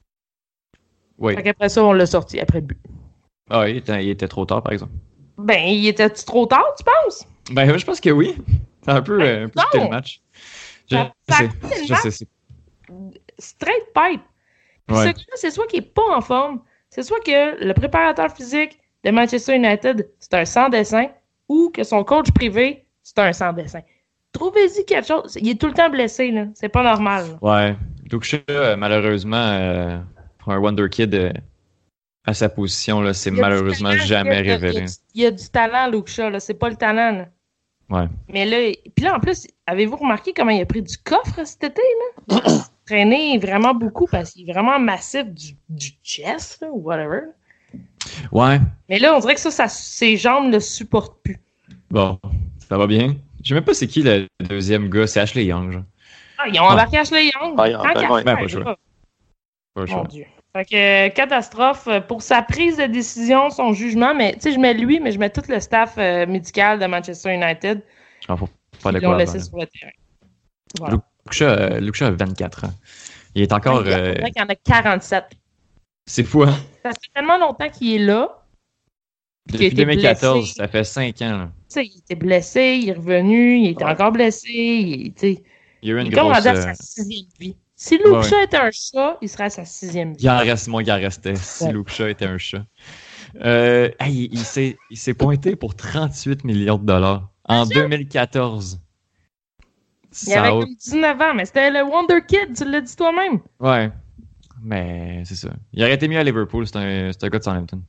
Oui. Fait qu'après ça, on l'a sorti après le but. Ah oui, il était, il était trop tard, par exemple. Ben, il était-tu trop tard, tu penses? Ben, je pense que oui. C'est un peu, euh, un peu non. coûté le match. Je Ça- ça a sais, coûté le je match. sais, c'est- Straight pipe. Puis Ouais. ce gars-là, c'est soit qu'il est pas en forme, c'est soit que le préparateur physique de Manchester United, c'est un sans-dessin, ou que son coach privé, c'est un sans-dessin. Trouvez-y quelque chose. Il est tout le temps blessé, là. C'est pas normal. là. Ouais. Luksha, euh, malheureusement, euh, pour un Wonder Kid euh, à sa position, là, c'est Il y a du malheureusement talent, jamais il y a- révélé. Il y, a du, il y a du talent, Luksha, là. C'est pas le talent, là. Ouais. Mais là, puis là, en plus, avez-vous remarqué comment il a pris du coffre cet été, là? Traîné vraiment beaucoup parce qu'il est vraiment massif du, du chest, là, ou whatever. Ouais. Mais là, on dirait que ça, ça ses jambes le supportent plus. Bon, ça va bien. Je sais même pas c'est qui le deuxième gars. C'est Ashley Young, genre. Ah, ils ont embarqué Ashley Young. Ah, ils ont Tant embarqué, qu'à ouais. Ben, faire, pas sûr. là. Pas Mon sûr. Dieu. Fait que, euh, catastrophe euh, pour sa prise de décision, son jugement, mais tu sais, je mets lui, mais je mets tout le staff euh, médical de Manchester United Ah, faut faire de qui l'ont quoi laissé avant, là. sur le terrain. Voilà. Luksha, euh, Luksha a vingt-quatre ans. Il est encore... Il y en a- euh, on dirait qu'il y en a quarante-sept. c'est fou, hein? Ça fait tellement longtemps qu'il est là. Qu'il a Depuis été deux mille quatorze, blessé. ça fait cinq ans. Là. Tu sais, il était blessé, il est revenu, il était Ouais. encore blessé. Il, tu sais, Il y a eu il une est comme grosse... rendu à euh, sa sixième vie. Si Luksha Ouais, ouais. était un chat, il serait à sa sixième vie. Il en reste, moi, il en restait. Si Ouais. Luksha était un chat. Euh, hey, il, il s'est, il s'est pointé pour trente-huit millions de dollars en deux mille quatorze. Il avait Ça a- comme dix-neuf ans, mais c'était le Wonder Kid, tu l'as dit toi-même. Ouais. Mais c'est ça. Il aurait été mieux à Liverpool, c'est un, c'est un gars de Southampton.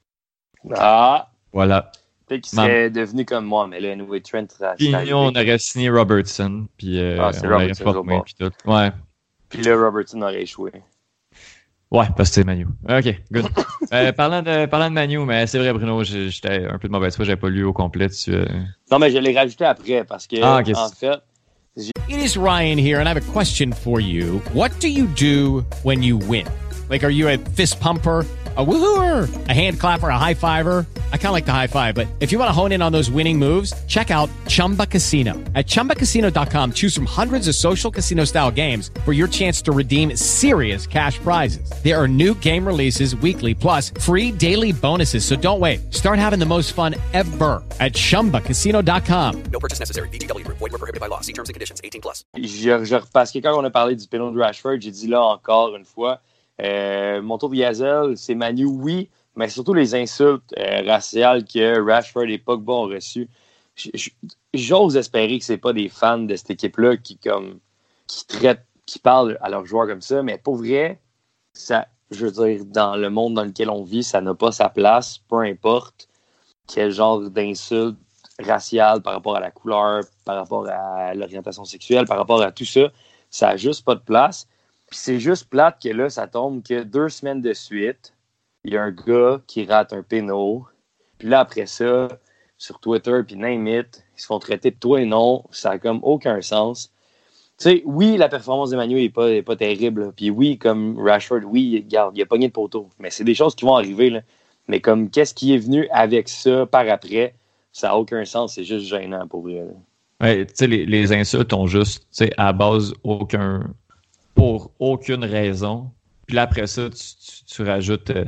Ah, Voilà. peut-être qu'il serait devenu comme moi, mais là, anyway, Trent sera Puis arrivé. nous, on aurait signé Robertson, puis euh, Ah, c'est on l'aurait Robertson, formé, au puis tout. Ouais. Puis là, Robertson aurait échoué. Ouais, parce que c'est Manu. OK, good. euh, parlant, de, parlant de Manu, mais c'est vrai, Bruno, j'ai- j'étais un peu de mauvaise foi, j'avais pas lu au complet dessus. euh. Non, mais je l'ai rajouté après parce que, Ah, ok. en fait, It is Ryan here, and I have a question for you. What do you do when you win? Like, are you a fist pumper, a woohooer, a hand clapper, a high fiver? I kind of like the high five, but if you want to hone in on those winning moves, check out Chumba Casino. At chumba casino dot com, choose from hundreds of social casino style games for your chance to redeem serious cash prizes. There are new game releases weekly, plus free daily bonuses. So don't wait. Start having the most fun ever at chumba casino dot com. No purchase necessary. V G W Group. Void where prohibited by law. See terms and conditions. eighteen plus. je, je, parce que quand on a parlé du péno de Rashford, j'ai dit là encore une fois, euh, mon tour de Gazelle, c'est Manu, oui, mais surtout les insultes euh, raciales que Rashford et Pogba ont reçues. J- j- J'ose espérer que c'est pas des fans de cette équipe-là qui comme qui traitent, qui parlent à leurs joueurs comme ça, mais pour vrai, ça, je veux dire, dans le monde dans lequel on vit, ça n'a pas sa place, peu importe quel genre d'insulte raciale par rapport à la couleur, par rapport à l'orientation sexuelle, par rapport à tout ça, ça n'a juste pas de place. Puis c'est juste plate que là, ça tombe que deux semaines de suite, il y a un gars qui rate un péno. Puis là, après ça, sur Twitter, puis name it, ils se font traiter de toi et non. Ça n'a comme aucun sens. Tu sais, oui, la performance d'Emmanuel n'est pas, est pas terrible. Là. Puis oui, comme Rashford, oui, regarde, il a pogné de poteau. Mais c'est des choses qui vont arriver. Là. Mais comme qu'est-ce qui est venu avec ça par après, ça n'a aucun sens. C'est juste gênant pour vrai. Là. Ouais, tu sais, les, les insultes ont juste, tu sais, à base aucun, pour aucune raison. Puis là, après ça, tu, tu, tu rajoutes, euh,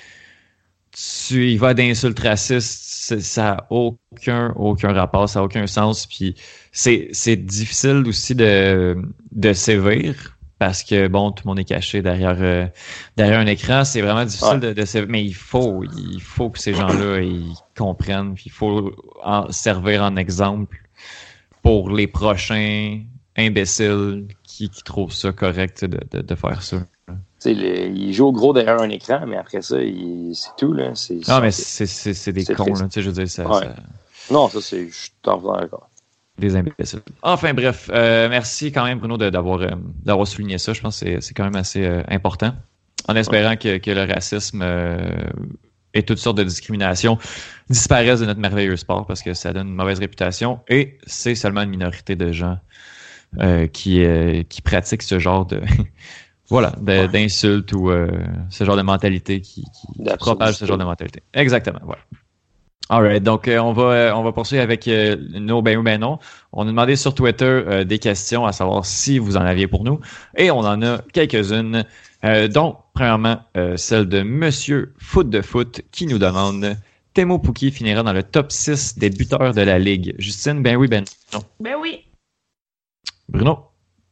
tu y vas d'insultes racistes, c'est- ça n'a aucun, aucun rapport, ça n'a aucun sens. Puis c'est, c'est difficile aussi de, de sévir parce que, bon, tout le monde est caché derrière, euh, derrière un écran. C'est vraiment difficile Ouais. de, de sévir. Mais il faut, il faut que ces gens-là, ils comprennent. Puis il faut en servir en exemple pour les prochains imbéciles qui, qui trouvent ça correct de, de, de faire ça. Tu sais, le- il joue au gros derrière un écran, mais après ça, il- c'est tout. Là. C'est, Non, mais c'est- c'est, c'est, c'est des c'est cons, triste. là. Tu sais, je veux dire, ça, Ouais. ça- Non, ça, c'est. Je suis totalement d'accord. des imbéciles. Enfin, bref, euh, merci quand même, Bruno, de, d'avoir, euh, d'avoir souligné ça. Je pense que c'est, c'est quand même assez euh, important. En espérant que, que le racisme euh, et toutes sortes de discriminations disparaissent de notre merveilleux sport parce que ça donne une mauvaise réputation et c'est seulement une minorité de gens euh, qui, euh, qui pratiquent ce genre de Voilà, de, d'insultes ou euh, ce genre de mentalité qui, qui, qui propage ce genre de mentalité. Exactement, voilà. Alright, donc euh, on va euh, on va poursuivre avec euh, nos ben ou ben non. On a demandé sur Twitter euh, des questions à savoir si vous en aviez pour nous et on en a quelques-unes. Euh, donc, premièrement, euh, celle de Monsieur Foot de Foot qui nous demande Temo Pukki finira dans le top six des buteurs de la Ligue. Justine, ben oui, ben non. Ben oui. Bruno?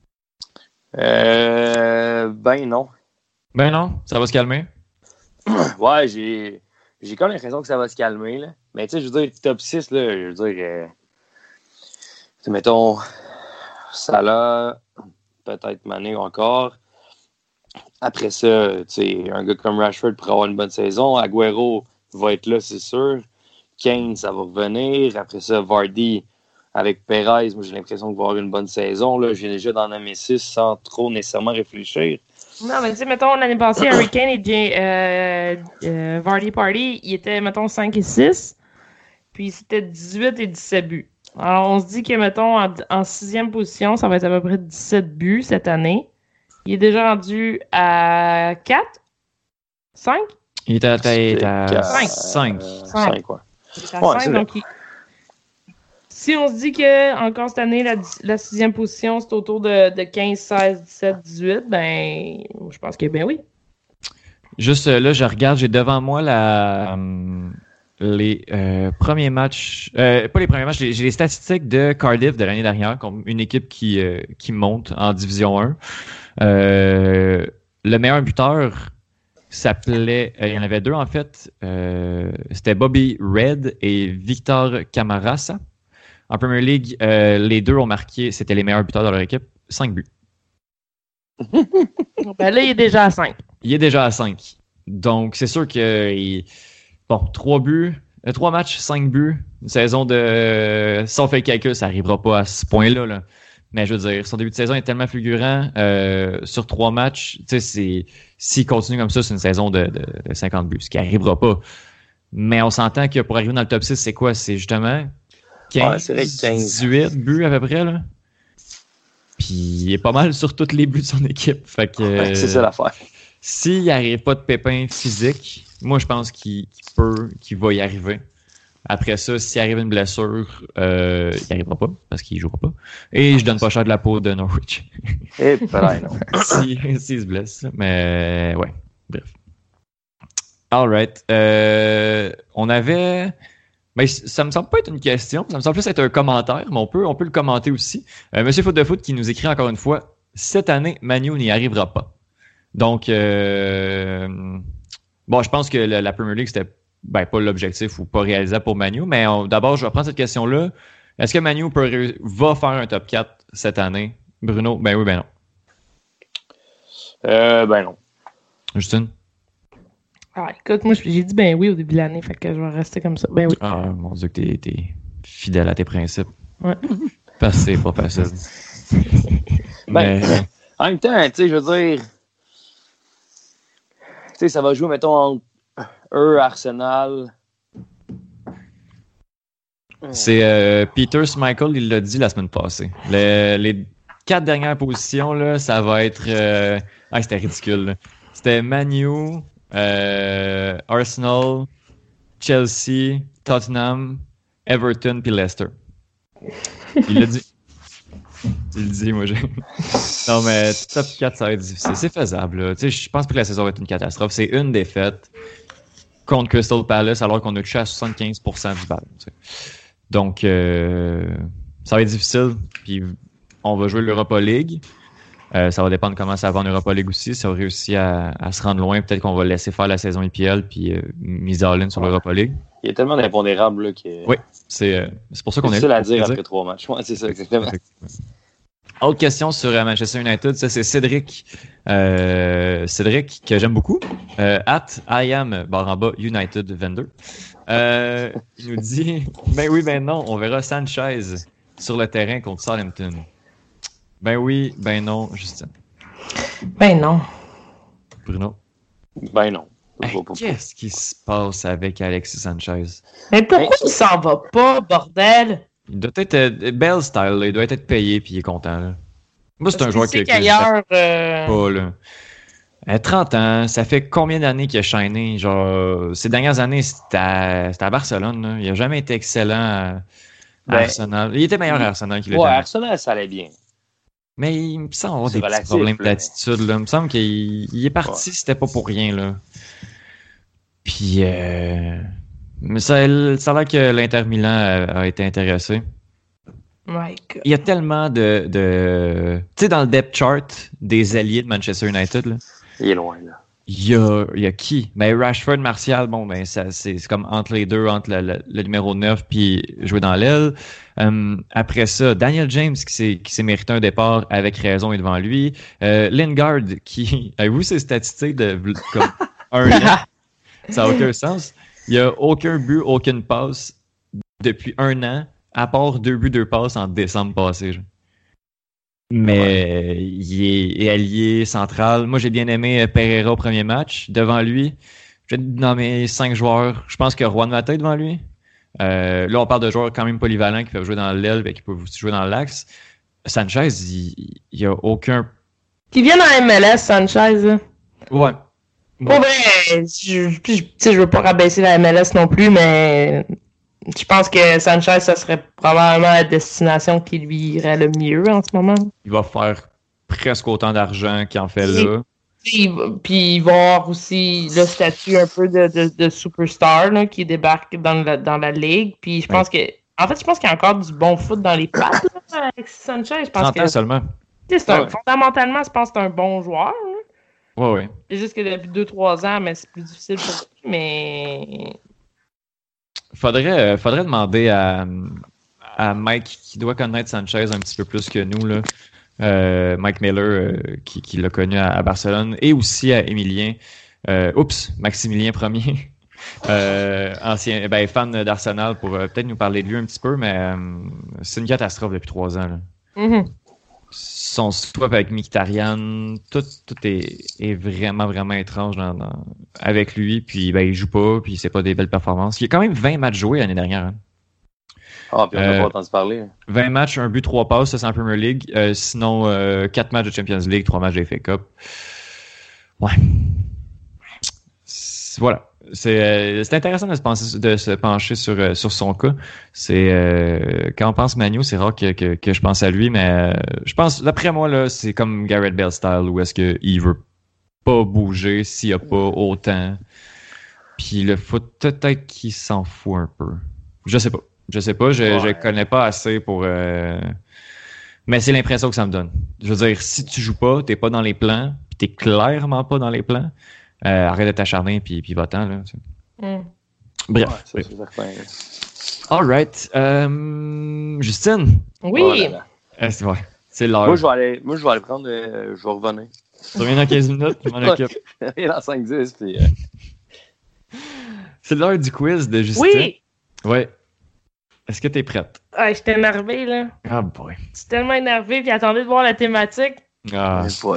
Euh, ben non. Ben non, ça va se calmer? Ouais, j'ai j'ai quand même l'impression que ça va se calmer, là. Mais tu sais, je veux dire, top six, là, je veux dire, euh, mettons, Salah, peut-être Mané encore. Après ça, tu sais, un gars comme Rashford pourrait avoir une bonne saison. Agüero va être là, c'est sûr. Kane, ça va revenir. Après ça, Vardy avec Perez, moi, j'ai l'impression qu'il va avoir une bonne saison. Là, je viens déjà d'en nommer six sans trop nécessairement réfléchir. Non, mais tu sais, mettons, l'année passée, Harry Kane et Jay, euh, euh, Vardy Party, ils étaient, mettons, cinq et six. Puis c'était dix-huit et dix-sept buts. Alors, on se dit que, mettons, en, en sixième position, ça va être à peu près dix-sept buts cette année. Il est déjà rendu à quatre? cinq? Il est à, il est à cinq. cinq. cinq, ouais. Il est à Ouais, cinq, donc il... Si on se dit que encore cette année, la, la sixième position, c'est autour de, de quinze, seize, dix-sept, dix-huit, ben, je pense que ben oui. Juste là, je regarde, j'ai devant moi la, euh, les euh, premiers matchs, euh, pas les premiers matchs, j'ai, j'ai les statistiques de Cardiff de l'année dernière, comme une équipe qui, euh, qui monte en Division un. Euh, le meilleur buteur s'appelait, euh, il y en avait deux en fait, euh, c'était Bobby Red et Victor Camarasa. En Premier League, euh, les deux ont marqué, c'était les meilleurs buteurs de leur équipe, cinq buts. Ben là, il est déjà à cinq. Il est déjà à cinq. Donc, c'est sûr que, il... bon, trois buts, euh, trois matchs, cinq buts, une saison de, euh, si on fait le calcul, ça n'arrivera pas à ce point-là, là. Mais je veux dire, son début de saison est tellement fulgurant, euh, sur trois matchs, tu sais, c'est, s'il continue comme ça, c'est une saison de, de, de cinquante buts, ce qui n'arrivera pas. Mais on s'entend que pour arriver dans le top six, c'est quoi? C'est justement quinze, ouais, c'est quinze. dix-huit buts à peu près, là. Puis il est pas mal sur tous les buts de son équipe. Fait que, ouais, c'est ça l'affaire. S'il n'y arrive pas de pépin physique, moi je pense qu'il, qu'il peut, qu'il va y arriver. Après ça, s'il arrive une blessure, euh, il n'y arrivera pas, parce qu'il ne jouera pas. Et je donne pas cher de la peau de Norwich. Et pareil, non. si, s'il se blesse. Mais ouais, bref. All right. Euh, on avait... Mais ça me semble pas être une question, ça me semble plus être un commentaire, mais on peut, on peut le commenter aussi. Euh, Monsieur Foot de Foot qui nous écrit encore une fois, cette année, Manu n'y arrivera pas. Donc, euh, bon, je pense que la, la Premier League, c'était ben, pas l'objectif ou pas réalisable pour Manu, mais on, d'abord, je vais prendre cette question-là. Est-ce que Manu peut, va faire un top quatre cette année? Bruno, ben oui, ben non. Euh, ben non. Justine? Ah, écoute, moi, j'ai dit ben oui au début de l'année, fait que je vais rester comme ça. Ben oui. Ah, mon Dieu, que t'es, t'es fidèle à tes principes. Ouais. Parce que c'est pas facile. Ben, mais... en même temps, tu sais, je veux dire, tu sais, ça va jouer, mettons, entre eux, Arsenal. C'est euh, Peter Schmeichel, il l'a dit la semaine passée. Le, les quatre dernières positions, là, ça va être... Euh... Ah, c'était ridicule. Là. C'était Manu... Euh, Arsenal, Chelsea, Tottenham, Everton puis Leicester. Il l'a dit. Il le dit, moi j'ai. Non mais top quatre, ça va être difficile. C'est faisable. Là. Tu sais, je pense pas que la saison va être une catastrophe. C'est une défaite contre Crystal Palace alors qu'on a touché à soixante-quinze pour cent du ballon. Tu sais. Donc euh, ça va être difficile. Puis on va jouer l'Europa League. Euh, ça va dépendre comment ça va en Europa League aussi. Si on réussit à, à se rendre loin, peut-être qu'on va laisser faire la saison I P L puis euh, mise all-in sur l'Europa League. Il y a tellement d'impondérables là, que... Oui, c'est, euh, c'est pour ça qu'on c'est est là. C'est là. difficile à dire après trois matchs. Ouais, c'est ça, exactement. Autre question sur euh, Manchester United, ça c'est Cédric. Euh, Cédric, que j'aime beaucoup. Euh, at I am, barre en bas, United vingt-deux. Euh, il nous dit, ben oui, ben non, on verra Sanchez sur le terrain contre Southampton. Ben oui, ben non, Justine. Ben non. Bruno? Ben non. Hey, qu'est-ce qui se passe avec Alexis Sanchez? Mais pourquoi hey. il s'en va pas, bordel? Il doit être euh, belle style, là. Il doit être payé puis il est content. Là. Moi, c'est Parce un joueur que que, que qu'ailleurs, euh... pas, là. À trente ans, ça fait combien d'années qu'il a shiné? Genre, ces dernières années, c'était à, c'était à Barcelone. Là. Il n'a jamais été excellent à, à Ben, Arsenal. Il était meilleur à Arsenal qu'il Ouais, était. Arsenal, ça allait bien. Mais il me semble avoir C'est des relatif, petits problèmes là, d'attitude. Là. Il me semble qu'il il est parti, Ouais. c'était pas pour rien. Là. Puis, euh... mais ça, ça a l'air que l'Inter Milan a, a été intéressé. My God. Il y a tellement de... de... Tu sais, dans le depth chart des alliés de Manchester United, là, Il est loin, là. il y a, il y a qui? Ben, Rashford, Martial, bon, ben, ça, c'est, c'est comme entre les deux, entre le, le, le numéro neuf puis jouer dans l'aile. Um, après ça, Daniel James qui s'est, qui s'est mérité un départ avec raison et devant lui. Euh, Lingard qui... Avez-vous ses statistiques de comme un an? Ça n'a aucun sens. Il n'y a aucun but, aucune passe depuis un an, à part deux buts, deux passes en décembre passé. Genre. Mais ouais. il, est, il est allié central. Moi, j'ai bien aimé Pereira au premier match. Devant lui, je vais nommer cinq joueurs. Je pense que Juan Mata est devant lui. Euh, là, on parle de joueurs quand même polyvalents qui peuvent jouer dans l'aile et qui peuvent aussi jouer dans l'axe. Sanchez, il n'y a aucun... Qui vient dans M L S, Sanchez. Hein? Ouais. Pour vrai, je, je, je, je veux pas rabaisser la M L S non plus, mais je pense que Sanchez, ça serait probablement la destination qui lui irait le mieux en ce moment. Il va faire presque autant d'argent qu'il en fait là. Puis, puis il va avoir aussi le statut un peu de, de, de superstar là, qui débarque dans la, dans la ligue. Puis je pense ouais. que, en fait, je pense qu'il y a encore du bon foot dans les pattes là, avec Sanchez. Je pense trente ans que, seulement. C'est un, ouais. Fondamentalement, je pense que c'est un bon joueur. Hein. Oui, oui. C'est juste que depuis deux trois ans, mais c'est plus difficile pour lui, mais... Faudrait, faudrait demander à, à Mike, qui doit connaître Sanchez un petit peu plus que nous, là. Euh, Mike Miller, euh, qui, qui l'a connu à, à Barcelone, et aussi à Emilien. Euh, oups, Maximilien Premier, euh, ancien, ben, fan d'Arsenal, pour euh, peut-être nous parler de lui un petit peu, mais euh, c'est une catastrophe depuis trois ans. Là. Mm-hmm. Son swap avec Mkhitaryan, tout, tout est, est vraiment, vraiment étrange dans, dans, avec lui. Puis ben, il joue pas, puis c'est pas des belles performances. Il y a quand même vingt matchs joués l'année dernière. Hein. Ah, puis on n'a euh, pas entendu parler. vingt matchs, un but, trois passes, ça c'est en Premier League. Euh, sinon, euh, quatre matchs de Champions League, trois matchs de F A Cup. Ouais. C'est, voilà. C'est, euh, c'est intéressant de se, penser, de se pencher sur, euh, sur son cas. C'est euh, quand on pense Manu, c'est rare que, que, que je pense à lui, mais euh, je pense, d'après moi, là, c'est comme Gareth Bale style, où est-ce qu'il veut pas bouger s'il n'y a pas autant. Puis le foot, peut-être qu'il s'en fout un peu. Je sais pas. Je sais pas, je, ouais. je connais pas assez pour... Euh... Mais c'est l'impression que ça me donne. Je veux dire, si tu joues pas, t'es pas dans les plans, pis t'es clairement pas dans les plans, euh, arrête de t'acharner, puis, puis va-t'en, là. Mm. Bref. Ouais, ça, c'est all right. Euh, Justine? Oui? Oh là là. Euh, c'est, ouais, c'est l'heure. Moi, je vais aller, moi, je vais aller prendre... Euh, je vais revenir. Tu reviens dans quinze minutes, je m'en occupe. Et dans cinq dix, puis... Euh... C'est l'heure du quiz de Justine. Oui! Ouais. Est-ce que t'es prête? Ah, j'étais énervé, là. Ah, oh boy. Je suis tellement énervé, puis attendez de voir la thématique. Ah, ouais.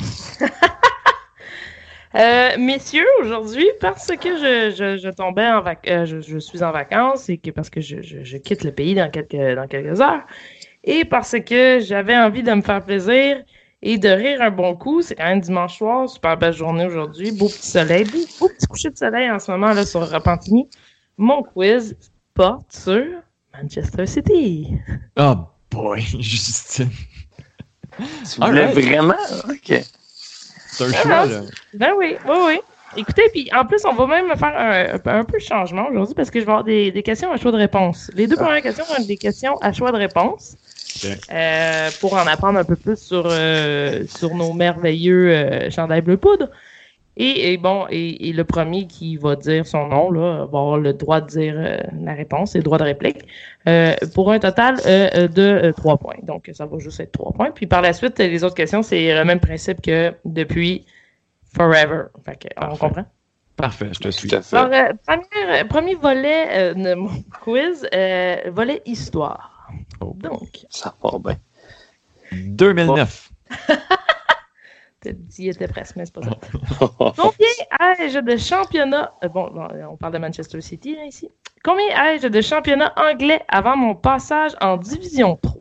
euh, messieurs, aujourd'hui, parce que je, je, je tombais en vac- euh, je, je suis en vacances et que parce que je, je, je quitte le pays dans quelques, dans quelques heures, et parce que j'avais envie de me faire plaisir et de rire un bon coup, c'est quand même dimanche soir, super belle journée aujourd'hui, beau petit soleil, beau, beau petit coucher de soleil en ce moment là sur Repentigny. Mon quiz porte sur Manchester City. Oh boy, Justine. Tu voulais right. Vraiment? OK. C'est un choix, là. Ben oui, oui, oui. Écoutez, puis en plus, on va même faire un, un peu de changement aujourd'hui parce que je vais avoir des, des questions à choix de réponse. Les deux ah. premières questions vont être des questions à choix de réponse. Okay. Euh, pour en apprendre un peu plus sur, euh, sur nos merveilleux euh, chandails bleu poudre. Et, et bon, et, et le premier qui va dire son nom, là, va avoir le droit de dire euh, la réponse et le droit de réplique, euh, pour un total euh, de euh, trois points. Donc, ça va juste être trois points. Puis par la suite, les autres questions, c'est le même principe que depuis Forever. Fait que, on comprend? Parfait, je te suis. Alors, euh, premier, premier volet euh, de mon quiz, euh, volet histoire. Oh. Donc. Ça part bien. deux mille neuf. Oh. T'as dit qu'il était presque, mais c'est pas ça. Combien ai-je de championnats... Euh, bon, bon, on parle de Manchester City, là, ici. Combien ai-je de championnats anglais avant mon passage en Division trois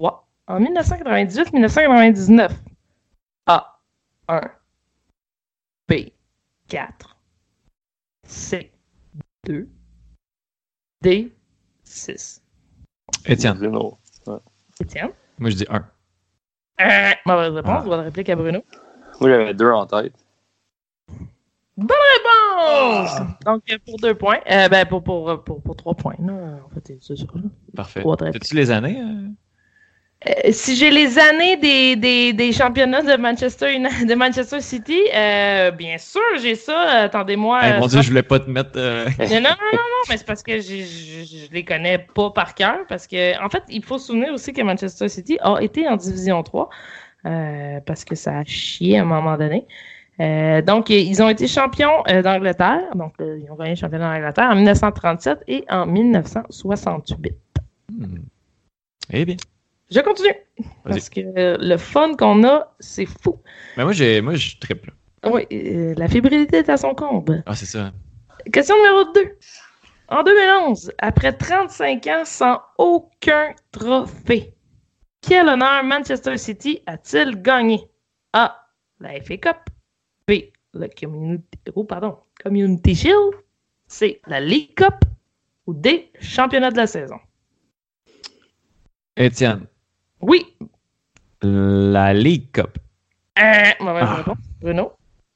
en dix-neuf cent quatre-vingt-dix-huit à dix-neuf cent quatre-vingt-dix-neuf. A. un. B. quatre. C. deux. D. six. Étienne. Bruno. Ouais. Étienne? Moi, je dis un. Euh, mauvaise réponse. Ah. Bonne réplique à Bruno. Moi, j'avais deux en tête. Bonne réponse! Ah. Donc, pour deux points. Euh, ben, pour, pour, pour, pour trois points. Non, en fait, c'est ça. Parfait. Trois très As-tu les années? Euh... Euh, si j'ai les années des, des, des championnats de Manchester, de Manchester City, euh, bien sûr, j'ai ça. Attendez-moi. Hey, mon euh, Dieu, je voulais pas te mettre... Euh... non, non, non, non, non, mais c'est parce que je, je, je les connais pas par cœur. Parce que, en fait, il faut se souvenir aussi que Manchester City a été en Division trois. Euh, parce que ça a chié à un moment donné. Euh, donc, ils ont été champions euh, d'Angleterre. Donc, euh, ils ont gagné le championnat d'Angleterre en dix-neuf cent trente-sept et en dix-neuf cent soixante-huit. Hmm. Eh bien. Je continue. Vas-y. Parce que euh, le fun qu'on a, c'est fou. Mais moi, j'ai, moi, je triple. Oui, euh, la fébrilité est à son comble. Ah, c'est ça. Question numéro deux. En deux mille onze, après trente-cinq ans sans aucun trophée, quel honneur Manchester City a-t-il gagné? A. La F A Cup. B. Le Community, oh, pardon, Community Shield. C. La League Cup. Ou D. Championnat de la saison. Étienne. Oui. La League Cup. Euh, mauvaise Ah. réponse. Bruno.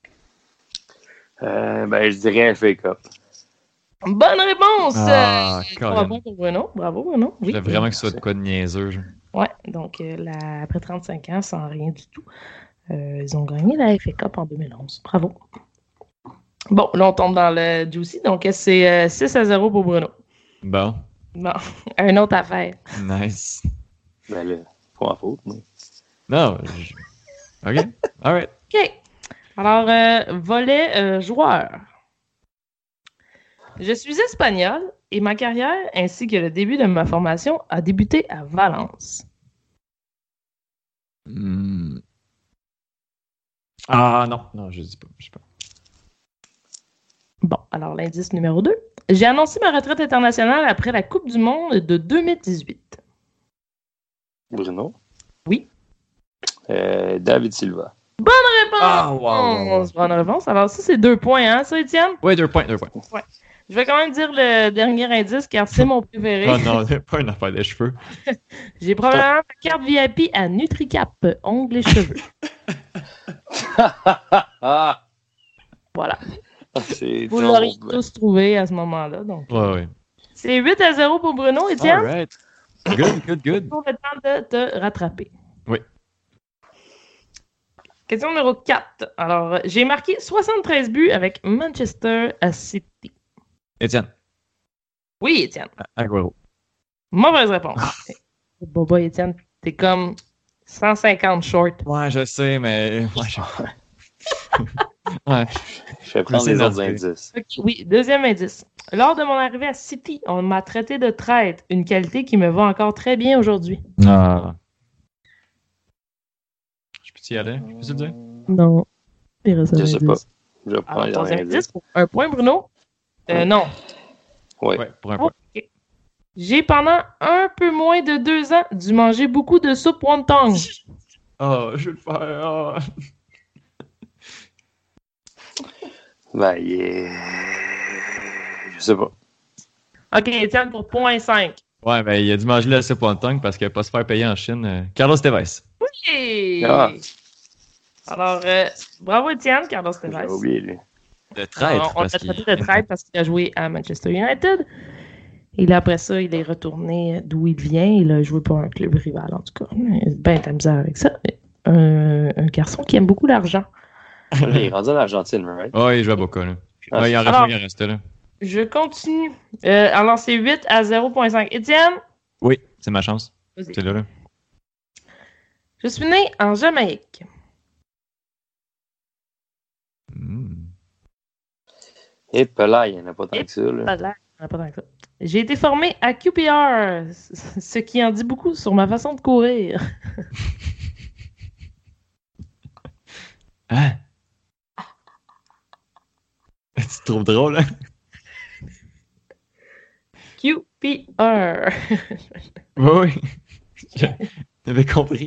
Euh, ben, je dirais F A Cup. Bonne réponse! Ah, Euh, Colin. bravo pour Bruno. Bravo, Bruno. Je Oui. voulais vraiment que ce soit de quoi de niaiseux. genre. Ouais, donc euh, la- après trente-cinq ans, sans rien du tout, euh, ils ont gagné la F A Cup en deux mille onze. Bravo. Bon, là, on tombe dans le juicy, donc c'est euh, six à zéro pour Bruno. Bon. Bon, un autre affaire. Nice. Ben là, pas en faute, mais... Non. Je... OK. All right. OK. Alors, euh, volet euh, joueur. Je suis espagnol et ma carrière ainsi que le début de ma formation a débuté à Valence. Hmm. Ah, non. Non, je dis pas. Je sais pas. Bon, alors l'indice numéro deux. J'ai annoncé ma retraite internationale après la Coupe du Monde de deux mille dix-huit. Bruno? Oui. Euh, David Silva. Bonne réponse! Ah, wow, wow, wow. Bonne réponse. Alors ça, c'est deux points, hein, ça, Étienne? Oui, deux points, deux points. Je vais quand même dire le dernier indice, car c'est mon préféré. Oh non, c'est pas une affaire des cheveux. J'ai probablement ma carte V I P à NutriCap, ongles et cheveux. Ah! Voilà. C'est Vous donc l'auriez ben. tous trouvé à ce moment-là. Donc. Ouais, ouais. C'est huit à zéro pour Bruno, Étienne. All right. Good, good, good. Pour le temps de te rattraper. Oui. Question numéro quatre. Alors, j'ai marqué soixante-treize buts avec Manchester City. Étienne. Oui, Étienne. Aguero. Mauvaise réponse. Boba, Étienne, t'es comme cent cinquante short. Ouais, je sais, mais. Ouais, je... ouais. Je vais prendre C'est les autres noté. indices. Ok, oui, deuxième indice. Lors de mon arrivée à City, on m'a traité de traître, une qualité qui me va encore très bien aujourd'hui. Ah. Je peux y aller? Je peux te le dire? Non. Je sais pas. Je vais prendre Alors, les troisième indices. indice, pour un point, Bruno. Euh, non. Ouais. Ouais, pour un point. Ok. J'ai pendant un peu moins de deux ans dû manger beaucoup de soupe wonton. Oh, je vais le faire. Oh. Ben, il est... Je sais pas. Ok, Étienne, pour point cinq. Ouais, ben, il a dû manger la soupe wonton parce qu'il n'a pas se faire payer en Chine. euh, Carlos Tevez. Oui! Ah. Alors, euh, bravo Étienne, Carlos Tevez. J'avais oublié, lui. De traître. Alors, on l'a parce traité qu'il- de traître parce qu'il a joué à Manchester United. Et là, après ça, il est retourné d'où il vient. Il a joué pour un club rival, en tout cas. Ben, t'as misère avec ça. Un, un garçon qui aime beaucoup l'argent. Il est rendu en Argentine, right? Oh, il joue à Boca, là. Ah, Ouais, il en reste alors- un qui en restait, là. Je continue. Euh, alors, c'est huit à zéro virgule cinq. Étienne? Oui, c'est ma chance. Vas-y. C'est là, là. Je suis né en Jamaïque. Hmm. Et puis là, il n'y en a pas tant que ça, là. Pas de l'air, pas tant que ça. J'ai été formé à Q P R, ce qui en dit beaucoup sur ma façon de courir. Hein? Tu te trouves drôle, hein? Q P R. Oui, oui. Je- T'avais compris.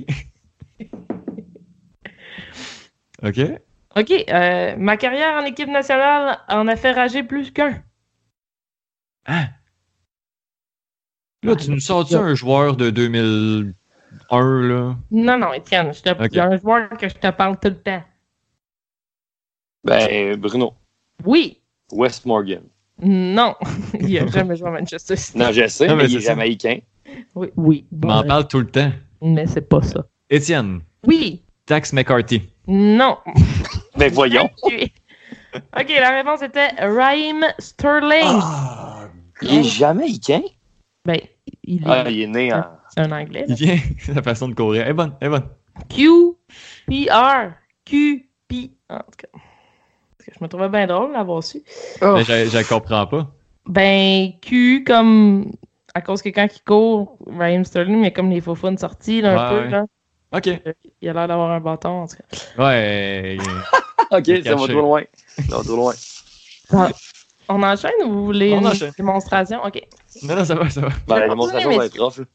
OK. OK. Euh, ma carrière en équipe nationale en a fait rager plus qu'un. Hein? Là, tu nous sors-tu un joueur de deux mille un, là? Non, non, Étienne. Je te... Ok. Il y a un joueur que je te parle tout le temps. Ben, Bruno. Oui. Wes Morgan. Non. Il n'a jamais joué à Manchester City. Non, je sais, Non, mais mais il est c'est ça. jamaïcain. Oui. Oui. Tu Bon, m'en euh, parles tout le temps. mais c'est pas ça. Étienne, Oui. Dax McCarthy. Non. Ben, voyons. OK, la réponse était Raheem Sterling. Ah, il est jamaïcain? Ben, il est, Ah, il est né en... c'est un anglais. Il vient, la façon de courir. Elle est bonne, elle est bonne. Q P R. Q P. En tout cas. Parce que je me trouvais bien drôle d'avoir su. Mais je, je la comprends pas. Ben, Q comme. À cause que quand il court, Raheem Sterling, mais comme les faux fun sortis, là, un Ouais, peu, ouais. là. OK. Il a l'air d'avoir un bâton, en tout cas. Ouais. OK, Il est ça va caché. trop loin. Ça va trop loin. Ah, on enchaîne ou vous voulez On une enchaîne. démonstration? OK. Non, non, ça va, ça va. Ben, la Je démonstration continue, va être rough. là.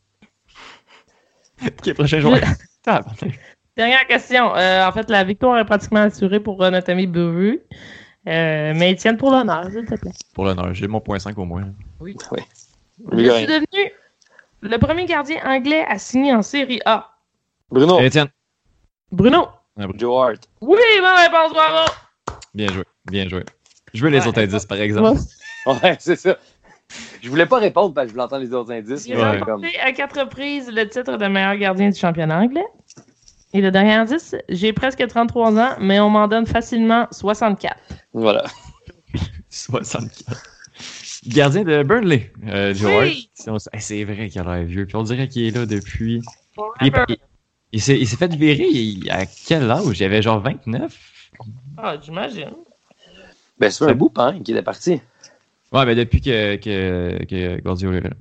OK, prochain joueur. Ah, Dernière question. Euh, en fait, la victoire est pratiquement assurée pour euh, notre ami Buru. Euh, mais Étienne, pour l'honneur, s'il te plaît. Pour l'honneur, j'ai mon point cinq au moins. Oui. Oui. Je Lui, suis rien. devenu le premier gardien anglais à signer en Série A. Bruno. Étienne. Bruno. Joe Hart. Oui, bonne réponse, bravo. Bien joué, bien joué. Je veux les Ouais. autres indices, par exemple. Ouais, c'est ça. Je voulais pas répondre parce que je voulais entendre les autres indices. Il mais a Ouais. comme... remporté à quatre reprises le titre de meilleur gardien du championnat anglais. Et le dernier indice, j'ai presque trente-trois ans, mais on m'en donne facilement soixante-quatre. Voilà. soixante-quatre. Gardien de Burnley, euh, Joe Oui. Hart. Si on s- hey, c'est vrai qu'il a l'air vieux. Puis on dirait qu'il est là depuis. Il, est- il- il s'est, il s'est fait virer il- à quel âge? Il avait genre vingt-neuf? Ah, j'imagine. Ben, c'est un bout, hein, qui était parti. Ouais, mais depuis que, que, que Guardiola est là.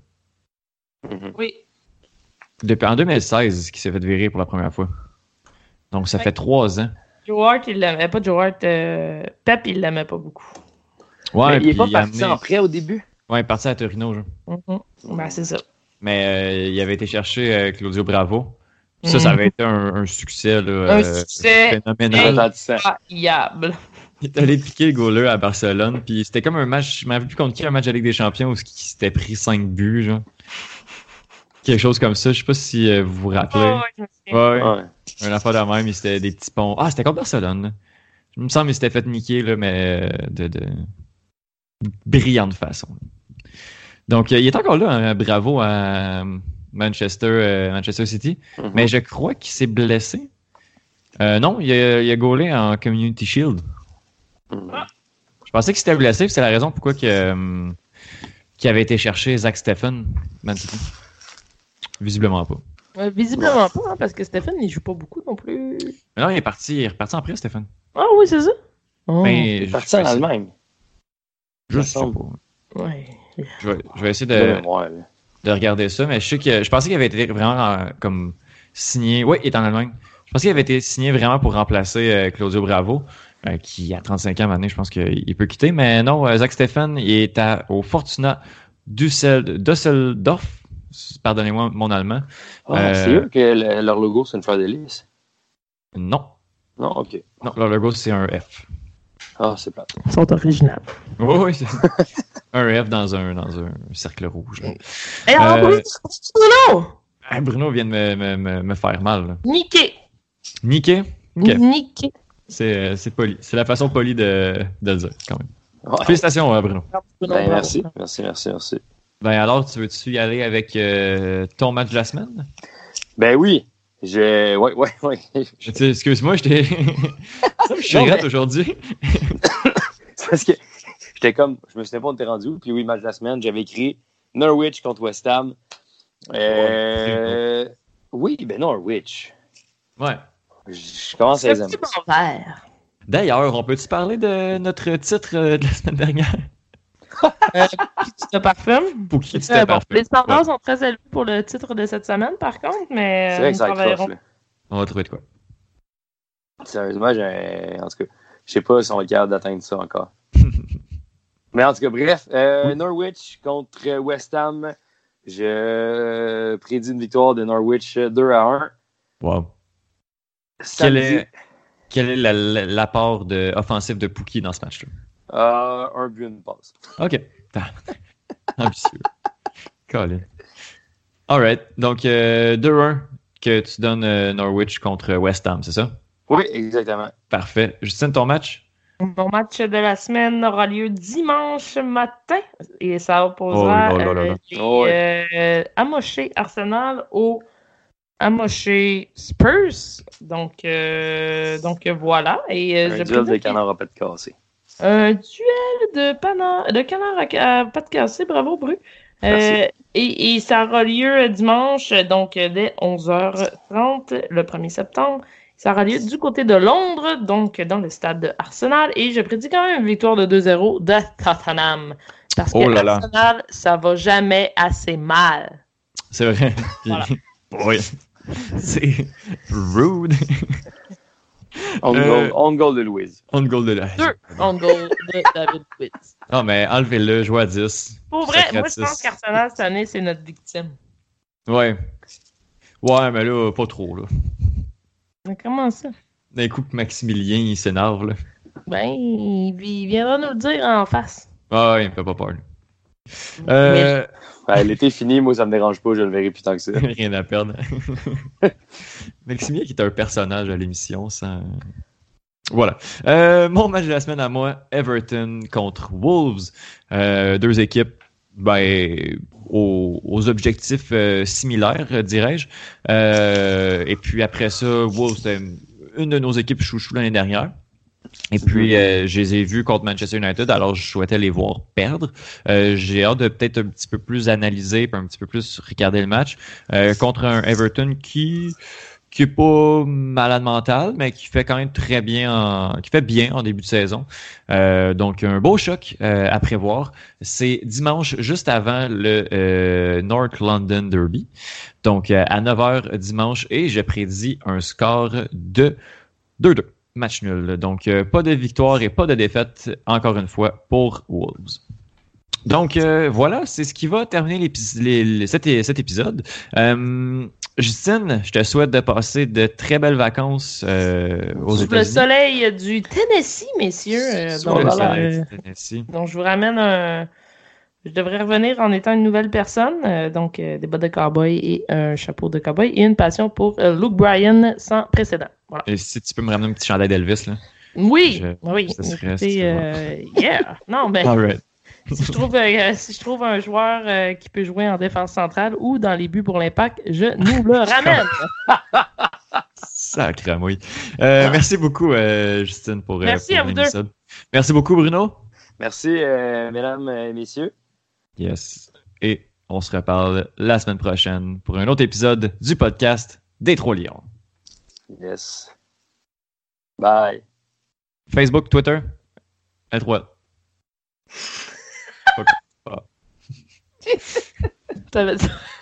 Mhm. Oui. Depuis, en deux mille seize, qu'il s'est fait virer pour la première fois. Donc ça Ouais. fait trois ans. Joe Hart, il l'aimait pas. Joe Hart, euh, Pep, il l'aimait pas beaucoup. Ouais, Mais il est puis pas il a parti amené- en prêt au début. Ouais, il est parti à Torino, genre. Mhm. Ben, c'est ça. Mais euh, il avait été chercher euh, Claudio Bravo. Ça, ça Mhm. avait été un, un succès là, Un euh, succès phénoménal. Retentissant. incroyable. Il est allé piquer le goaler à Barcelone. Puis c'était comme un match, je m'en rappelle plus contre qui, un match de Ligue des Champions où il s'était pris cinq buts, genre. Quelque chose comme ça. Je sais pas si euh, vous vous rappelez. Oh, ouais, je me souviens. Ouais, ouais. Ouais. Un affaire de même, il s'était des petits ponts. Ah, c'était contre Barcelone. Là. Il me semble qu'il s'était fait niquer, là, mais euh, de, de brillante façon. Donc, euh, il est encore là, hein, bravo à Manchester, euh, Manchester City. Mhm. Mais je crois qu'il s'est blessé. Euh, non, il a, il a gaulé en Community Shield. Mhm. Je pensais qu'il s'était blessé, puis c'est la raison pourquoi que, euh, qu'il avait été chercher Zach Steffen, Man City. Visiblement pas. Euh, visiblement pas, hein, parce que Stéphane, il joue pas beaucoup non plus. Mais non, il est parti, il est reparti en prêt, Stéphane. Ah oui, c'est ça. Oh. Mais Il est je- parti en Allemagne. Je me sais semble. pas. Ouais. Je vais, je vais essayer De de, mémoire, là. de regarder ça, mais je sais que je pensais qu'il avait été vraiment euh, comme signé. Oui, il est en Allemagne. Je pensais qu'il avait été signé vraiment pour remplacer euh, Claudio Bravo, euh, qui a trente-cinq ans maintenant, je pense qu'il peut quitter. Mais non, euh, Zach Steffen, il est à, au Fortuna Düssel- Düsseldorf. Pardonnez-moi mon allemand. Ah, Euh, c'est eux que le- leur logo, c'est une fleur de lys. Non. Non, ok. Non, leur logo, c'est un F. Ah, c'est plate. Ils sont originaux. Oui, oui, c'est un F dans un, dans un cercle rouge. là. Et alors, Euh, Bruno! Ah, Bruno vient de me, me, me, me faire mal. là. Niqué! Niqué. Ok. Niqué! C'est, euh, c'est poli. C'est la façon polie de, de le dire, quand même. Ouais. Félicitations, euh, Bruno. Ben, merci. Merci, merci, merci. Ben alors, tu veux-tu y aller avec euh, ton match de la semaine? Ben oui. Je... Ouais, ouais, ouais. Tu sais, excuse-moi, je t'ai... Ça, je suis Non, rate mais- aujourd'hui. C'est parce que j'étais comme, je me souviens pas où on était rendu où, puis oui, match de la semaine, j'avais écrit Norwich contre West Ham. Euh... Oui, ben Norwich. Ouais. Je commence à les C'est aimer. bon vert. D'ailleurs, on peut-tu parler de notre titre euh, de la semaine dernière? Euh, Qui tu te parfumes? Pour qui tu Euh, t'es bon, parfait? les standards sont très élevés pour le titre de cette semaine, par contre, mais C'est euh, vrai nous que ça accroche, travaillerons. là. On va trouver de quoi. Sérieusement, j'ai... en tout cas, je sais pas si on va être capable d'atteindre ça encore. Mais en tout cas, bref, euh, Norwich contre West Ham. Je prédis une victoire de Norwich deux à un. Wow. Quel est, quel est la, la, l'apport de, offensif de Pookie dans ce match-là? Euh, un but, une passe. OK. Ambitieux. Colin. All right. Donc, euh, deux à un que tu donnes euh, Norwich contre West Ham, c'est ça? Oui, exactement. Parfait. Justine, ton match? Mon match de la semaine aura lieu dimanche matin et ça opposera oh, là, là, là, là. Euh, les oh, ouais. euh, amochés Arsenal au amochés Spurs. Donc, euh, donc voilà. Et, euh, un je duel de canard à pattes cassées. Un duel de, pana... de canard à, à pattes cassées. Bravo, Bru. Euh, et, et ça aura lieu dimanche, donc dès onze heures trente, le premier septembre. Ça aura lieu du côté de Londres, donc dans le stade de Arsenal. Et je prédis quand même une victoire de deux zéro de Tottenham. Parce oh que là là. Arsenal, ça va jamais assez mal. C'est vrai. Voilà. Oui. C'est rude. On euh, goal, on goal de Louise. On goal de Louise. Deux on goal de David Louise. Non, mais enlevez-le, jouez à dix. Pour vrai, moi je pense qu'Arsenal cette année, c'est notre victime. Ouais. Ouais, mais là, pas trop, là. Mais comment ça? D'un coup que Maximilien, il s'énerve, là. Ben, il, il viendra nous le dire en face. Ah, il me fait pas peur, là. Euh... Ouais, l'été fini, moi ça me dérange pas, je le verrai plus tant que ça. Rien à perdre. Maximilien qui est un personnage à l'émission, sans... Voilà. Euh, mon match de la semaine à moi, Everton contre Wolves. Euh, deux équipes ben, aux, aux objectifs euh, similaires, dirais-je. Euh, et puis après ça, Wolves, c'était une de nos équipes chouchou l'année dernière. Et puis, euh, je les ai vus contre Manchester United, alors je souhaitais les voir perdre. Euh, j'ai hâte de peut-être un petit peu plus analyser, puis un petit peu plus regarder le match euh, contre un Everton qui qui est pas malade mental, mais qui fait quand même très bien, en, qui fait bien en début de saison. Euh, donc, un beau choc euh, à prévoir. C'est dimanche, juste avant le euh, North London Derby. Donc, euh, à neuf heures dimanche, et je prédis un score de deux deux. Match nul. Donc, euh, pas de victoire et pas de défaite, encore une fois, pour Wolves. Donc, euh, voilà, c'est ce qui va terminer les, les, cet, cet épisode. Euh, Justine, je te souhaite de passer de très belles vacances euh, aux Sous États-Unis. le soleil du Tennessee, messieurs. Euh, Sous donc, le voilà, soleil euh, du Tennessee. Donc, je vous ramène un... Je devrais revenir en étant une nouvelle personne. Euh, donc, euh, des bottes de cowboy et un chapeau de cowboy et une passion pour euh, Luke Bryan sans précédent. Voilà. Et si tu peux me ramener un petit chandail d'Elvis, là. Oui, je, oui. Ça serait, Écoutez, euh, yeah. Non, mais right. si, je trouve, euh, si je trouve un joueur euh, qui peut jouer en défense centrale ou dans les buts pour l'Impact, je nous le ramène. Sacramouille. Euh, merci beaucoup, euh, Justine, pour, merci pour à vous l'épisode. deux. Merci beaucoup, Bruno. Merci, euh, mesdames et messieurs. Yes. Et on se reparle la semaine prochaine pour un autre épisode du podcast des Trois Lions. Yes. Bye. Facebook, Twitter, L trois. T'avais ça.